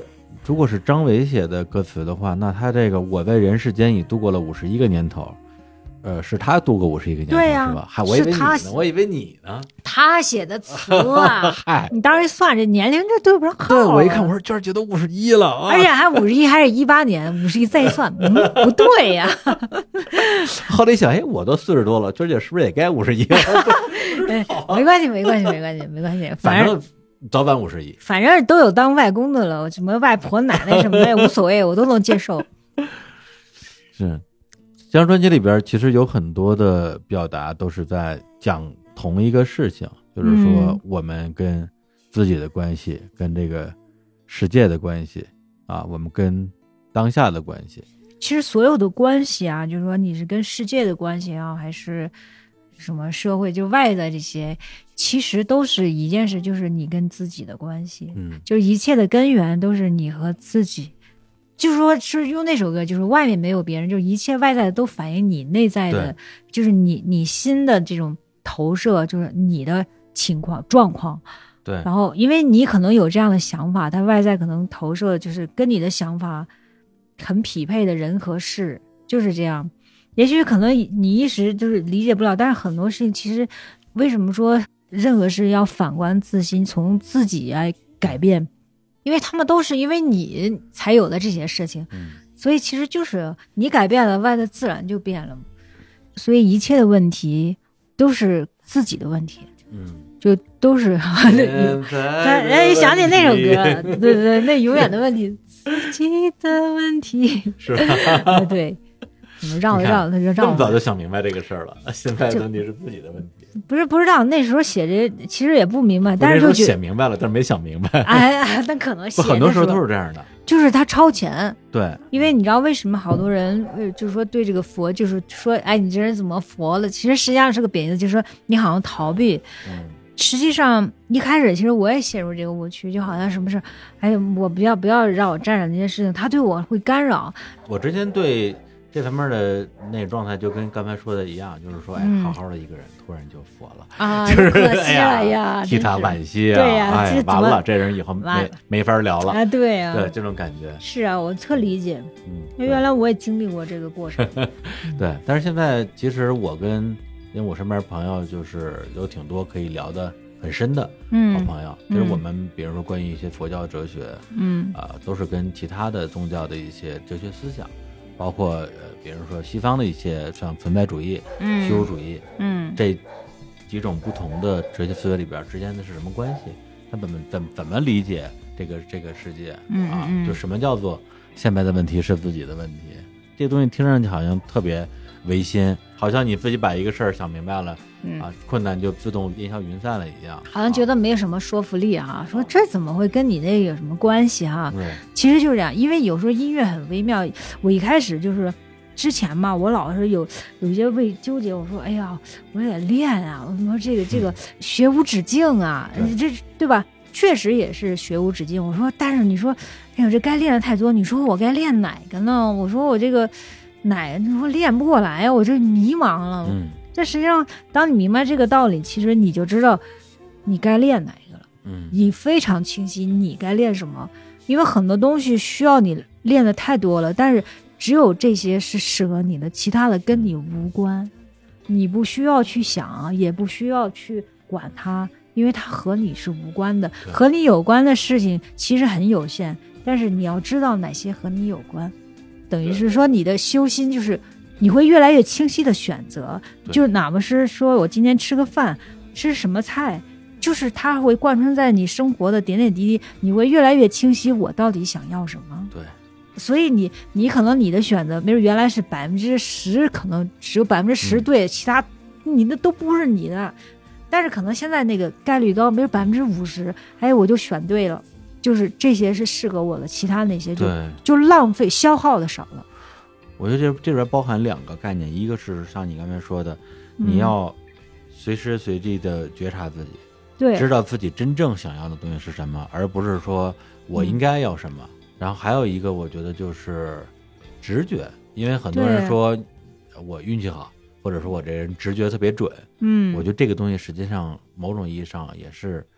如果是张伟写的歌词的话，那他这个我在人世间已度过了五十一个年头，呃，是他度过五十一个年头， 对呀、 是吧？还我以为你是他呢，我以为你呢。 他写的词啊， 嗨， 你当时一算这年龄这对不上号、啊。 对我一看，我说娟儿姐都五十一了啊， 而且还五十一，还是一八年，五十一再一算，嗯，不对呀、 后来一想，哎，我都四十多了，娟儿姐是不是也该五十一了？ 哎没关系，没关系，没关系，没关系，反正反正早晚五十一。 反正都有当外公的了，什么外婆、奶奶什么的也无所谓，我都能接受。 是，这张专辑里边其实有很多的表达都是在讲同一个事情，就是说嗯我们跟自己的关系，跟这个世界的关系啊，我们跟当下的关系。 其实所有的关系啊，就是说你是跟世界的关系啊，还是什么社会就外在这些，其实都是一件事，就是你跟自己的关系。 嗯就是一切的根源都是你和自己。就是说，是用那首歌，就是外面没有别人，就是一切外在的都反映你内在的对， 就是你你心的这种投射，就是你的情况状况。 对， 然后，因为你可能有这样的想法，它外在可能投射的就是跟你的想法很匹配的人和事，就是这样。也许可能你一时就是理解不了，但是很多事情其实，为什么说任何事要反观自心，从自己来改变？因为他们都是因为你才有的这些事情， 嗯所以其实就是你改变了，外在自然就变了。所以一切的问题都是自己的问题， 嗯， 就都是。咱哎，想起那首歌，对对对，那永远的问题，自己的问题， 是吧？ 啊对，怎么绕你看绕他就这么早绕， 就想明白这个事儿了，现在的问题是自己的问题。 不是不知道那时候写这其实也不明白，但我那时候是就觉写明白了，但是没想明白。 哎哎，那可能写不，很多时候的都是这样的。 就是他超前， 对， 因为你知道为什么好多人呃就是说对这个佛就是说哎你这人怎么佛了？其实实际上是个贬义词，就是说你好像逃避。 嗯实际上一开始其实我也陷入这个误区，就好像什么事，哎我不要不要让我沾染那些事情，他对我会干扰。 我之前对这方面的那个状态就跟刚才说的一样，就是说，哎， 嗯好好的一个人突然就佛了， 啊， 就是可惜哎了呀， 替他真是惋惜啊， 对呀哎这，怎么完了，这人以后完没没法聊了， 啊，对呀、 对这种感觉， 是啊，我特理解， 嗯， 因为原来我也经历过这个过程。 对，但是现在其实我跟因为我身边朋友就是有挺多可以聊的很深的好嗯朋友，其实我们比如说关于一些佛教哲学嗯啊、都是跟其他的宗教的一些哲学思想，包括呃，比如说西方的一些像存在主义、 嗯虚无主义嗯这几种不同的哲学思维里边之间的是什么关系？他怎么怎么怎么理解这个这个世界啊？ 嗯嗯嗯就什么叫做现在的问题是自己的问题？这个东西听上去好像特别违心，好像你自己把一个事儿想明白了、 嗯啊，困难就自动烟消云散了一样， 好像觉得没有什么说服力啊，说这怎么会跟你那有什么关系哈、 啊对， 其实就是这样，因为有时候音乐很微妙。我一开始就是之前嘛，我老是有有一些为纠结，我说哎呀，我得练啊，我说这个这个学无止境啊， 对这对吧？确实也是学无止境。我说，但是你说，哎呦，这该练的太多，你说我该练哪个呢？我说我这个哪，你说练不过来呀，我这迷茫了。 嗯这实际上，当你明白这个道理，其实你就知道你该练哪一个了。 嗯你非常清晰你该练什么，因为很多东西需要你练的太多了，但是只有这些是适合你的，其他的跟你无关，你不需要去想，也不需要去管它，因为它和你是无关的。 对和你有关的事情其实很有限，但是你要知道哪些和你有关，等于是说你的修心就是你会越来越清晰的选择， 对就哪怕是说我今天吃个饭，吃什么菜。就是它会贯穿在你生活的点点滴滴，你会越来越清晰我到底想要什么。 对， 所以你你可能你的选择，比如原来是百分之十，可能只有百分之十嗯对，其他你的都不是你的。但是可能现在那个概率高，比如百分之五十，哎，我就选对了，就是这些是适合我的，其他那些就对。 就浪费消耗的少了。 我觉得这这里边包含两个概念，一个是像你刚才说的， 嗯你要随时随地的觉察自己， 对知道自己真正想要的东西是什么，而不是说我应该要什么。然后还有一个，我觉得就是直觉，因为很多人对说我运气好，或者说我这人直觉特别准， 嗯， 我觉得这个东西实际上某种意义上也是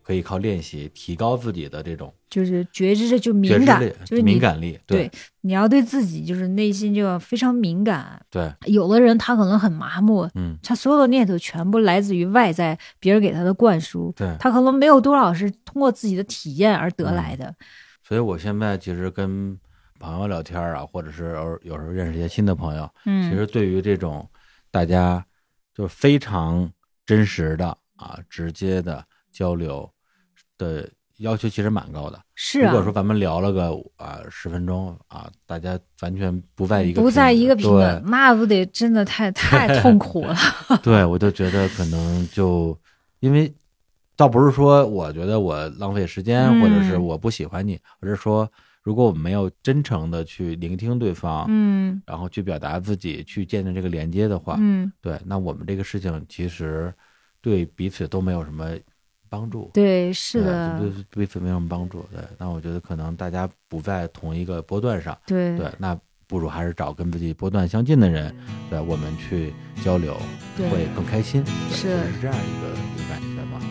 可以靠练习提高自己的这种就是觉知，就敏觉知感， 力、 就是你敏感力。对对你要对自己就是内心就要非常敏感。 对， 有的人他可能很麻木， 嗯， 他所有的念头全部来自于外在别人给他的灌输， 对， 他可能没有多少是通过自己的体验而得来的。 所以我现在其实跟朋友聊天啊，或者是有时候认识一些新的朋友， 嗯， 其实对于这种大家就非常真实的啊、直接的交流的要求其实蛮高的。 是啊， 如果说咱们聊了个啊十分钟啊，大家完全不在一个不在一个频频段，那不得真的太太痛苦了。 对，我就觉得可能就因为倒不是说我觉得我浪费时间， 嗯或者是我不喜欢你，而是说如果我们没有真诚的去聆听对方， 嗯然后去表达自己，去建立这个连接的话， 嗯， 对，那我们这个事情其实对彼此都没有什么帮助。 对，是的， 对，对彼此没有什么帮助。对，那我觉得可能大家不在同一个波段上， 对对，那不如还是找跟自己波段相近的人，对，我们去交流， 对会更开心。对是就是这样一个一个感觉嘛。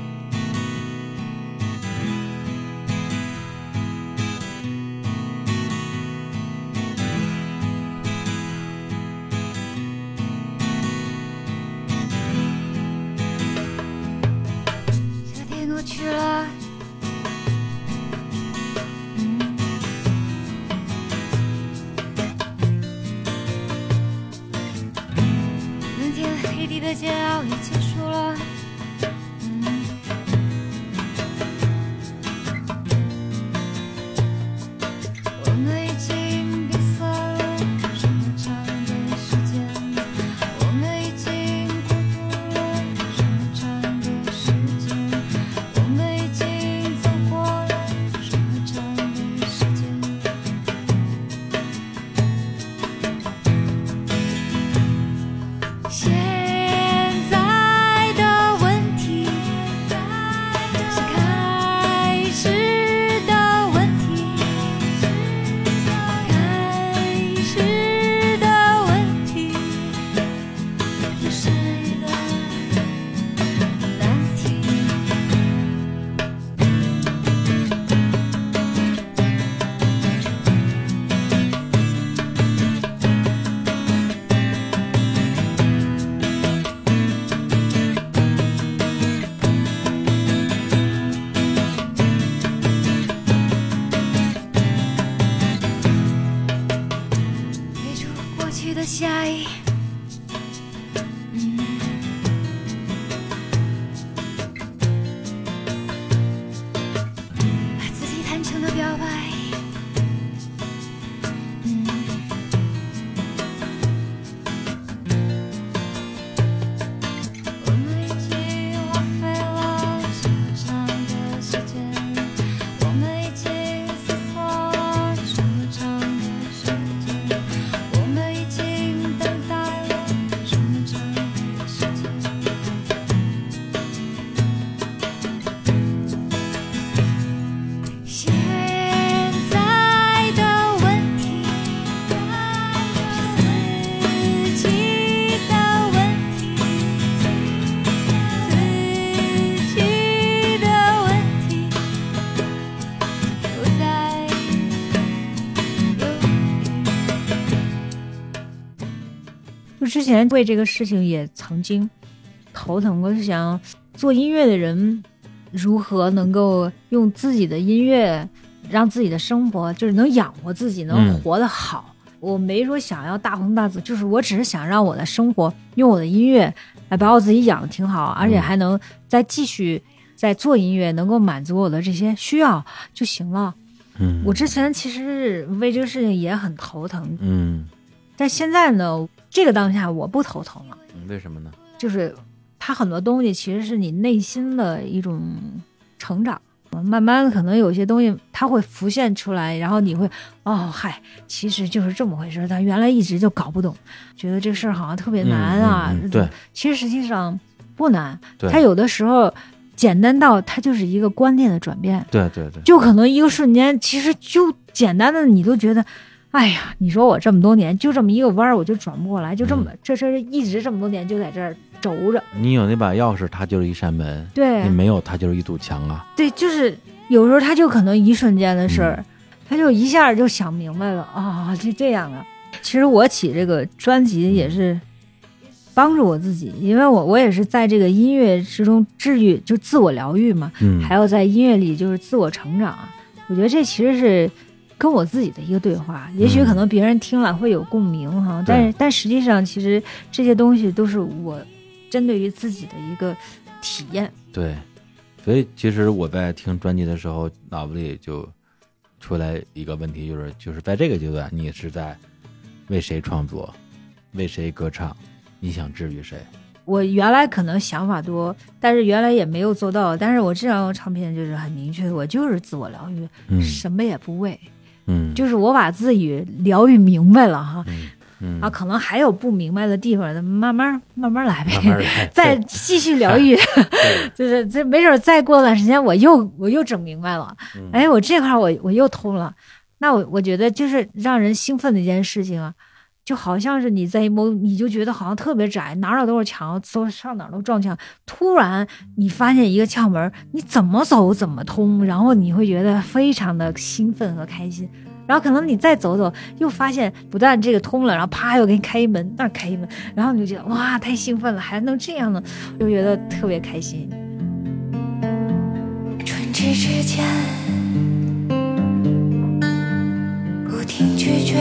夏天过去了，嗯，冬天黑底的煎熬也结束了，嗯，我们已经闭塞了这么长的时间，我们已经孤独了这么长的时间，我们已经走过了这么长的时间。现在的问题是开始的问题，开始的问题是谁的难题？退出过去的下一，嗯，把自己坦诚的表白，嗯，我们已经浪费了这么长的时间，我们已经思索了这么长的时间，我们已经等待了这么长的时间。现在的问题是自己的问题，自己的问题，不再犹豫。 就之前为这个事情也曾经头疼过，就想做音乐的人如何能够用自己的音乐让自己的生活就是能养活自己，能嗯活得好。我没说想要大红大紫，就是我只是想让我的生活用我的音乐来把我自己养得挺好，而且还能再继续再做音乐，能够满足我的这些需要就行了。 嗯， 我之前其实为这个事情也很头疼， 嗯， 但现在呢，这个当下我不头疼了。 嗯为什么呢？ 就是它很多东西其实是你内心的一种成长，慢慢的可能有些东西它会浮现出来，然后你会哦嗨，其实就是这么回事，但原来一直就搞不懂，觉得这事儿好像特别难啊。 嗯嗯嗯对， 其实实际上不难， 对它有的时候简单到它就是一个观念的转变， 对对对， 就可能一个瞬间，其实就简单的你都觉得。哎呀，你说我这么多年就这么一个弯儿，我就转不过来，就这么、 嗯这这一直这么多年就在这儿轴着。 你有那把钥匙，它就是一扇门； 对你没有，它就是一堵墙啊。 对，就是有时候他就可能一瞬间的事儿， 嗯他就一下就想明白了啊，就这样啊。其实我起这个专辑也是帮助我自己，因为我我也是在这个音乐之中治愈，就自我疗愈嘛， 嗯， 还有在音乐里就是自我成长。我觉得这其实是跟我自己的一个对话，也许可能别人听了会有共鸣哈，但是但实际上其实这些东西都是我针对于自己的一个体验。 对，所以其实我在听专辑的时候，脑子里就出来一个问题，就是就是在这个阶段，你是在为谁创作，为谁歌唱，你想治愈谁？ 我原来可能想法多，但是原来也没有做到。但是我这张唱片就是很明确，我就是自我疗愈， 嗯什么也不为， 嗯， 就是我把自己疗愈明白了哈。 嗯嗯啊，可能还有不明白的地方，咱慢慢慢慢来呗， 慢慢来再继续疗愈。就是这没准再过段时间，我又我又整明白了， 嗯哎，我这块我我又通了。那我我觉得就是让人兴奋的一件事情啊。就好像是你在一某，你就觉得好像特别窄，哪哪都是墙，走上哪都撞墙。突然你发现一个窍门，你怎么走怎么通，然后你会觉得非常的兴奋和开心。然后可能你再走走，又发现不但这个通了，然后啪又给你开一门，那儿开一门，然后你就觉得哇，太兴奋了，还能这样呢，就觉得特别开心。 春至之间，不停拒绝。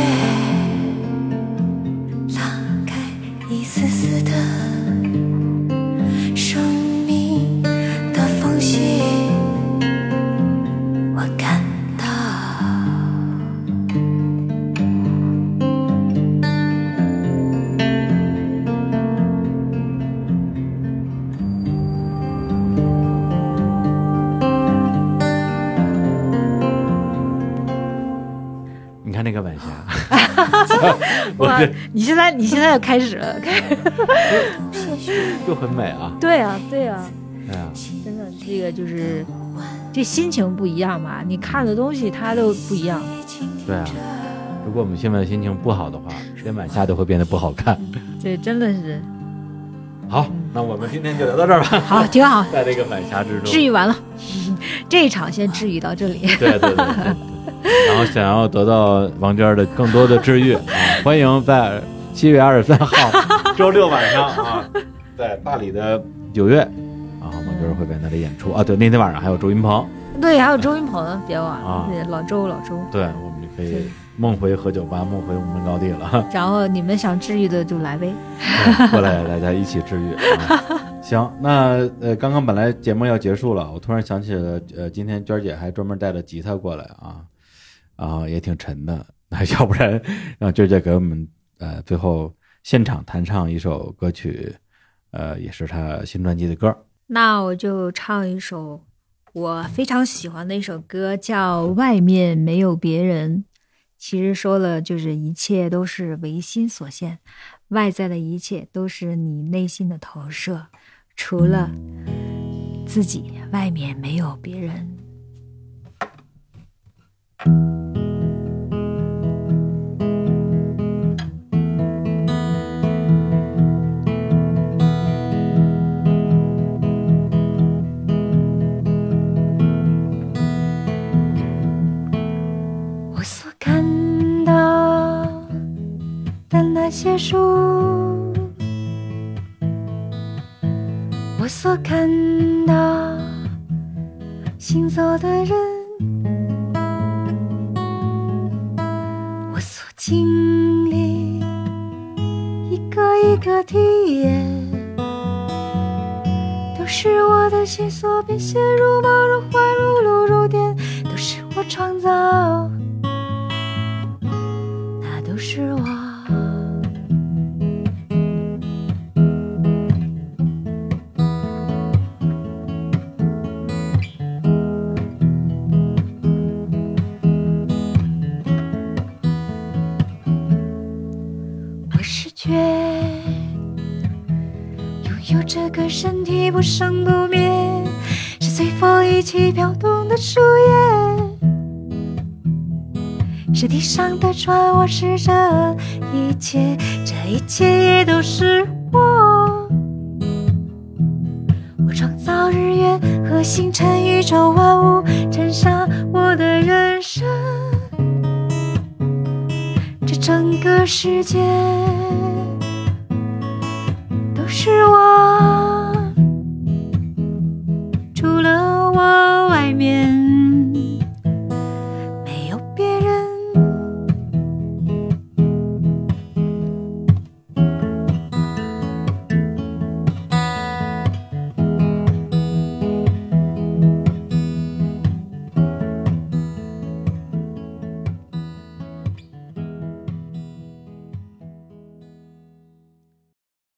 一丝丝的生命的缝隙，我看到你看那个晚霞。 哇，你现在你现在又开始了，开始就很美啊。 对啊，对啊， 哎呀， 真的，这个就是这心情不一样吧？你看的东西它都不一样。 对啊，如果我们现在心情不好的话，连晚霞都会变得不好看。 这真的是好，那我们今天就聊到这儿吧。 好，挺好， 在这个晚霞之中， 治愈完了，这一场先治愈到这里。 对对对对。然后想要得到王娟的更多的治愈啊，欢迎在七月二十三号周六晚上啊，在大理的九月，然后王娟会在那里演出啊。对，那天晚上还有周云鹏， 对，还有周云鹏，别忘啊了，老周老周。 对，我们就可以梦回何酒吧，梦回无门高地了。 然后你们想治愈的就来呗， 过来大家一起治愈啊。行，那呃，刚刚本来节目要结束了，我突然想起了，呃，今天娟姐还专门带了吉他过来啊。啊，也挺沉的，那要不然让娟姐给我们呃最后现场弹唱一首歌曲，呃，也是她新专辑的歌。 那我就唱一首我非常喜欢的一首歌，叫《外面没有别人》。其实说了就是一切都是唯心所现，外在的一切都是你内心的投射，除了自己，外面没有别人。我所看到的那些书，我所看到行走的人，我所经历一个一个体验，都是我的心所变现，如梦如幻，如露如电，都是我创造，那都是我。我是觉拥有这个身体不生不灭，是随风一起飘动的树叶，是地上的船，我是这一切，这一切也都是我。 和星辰宇宙万物衬纱我的人生，这整个世界都是我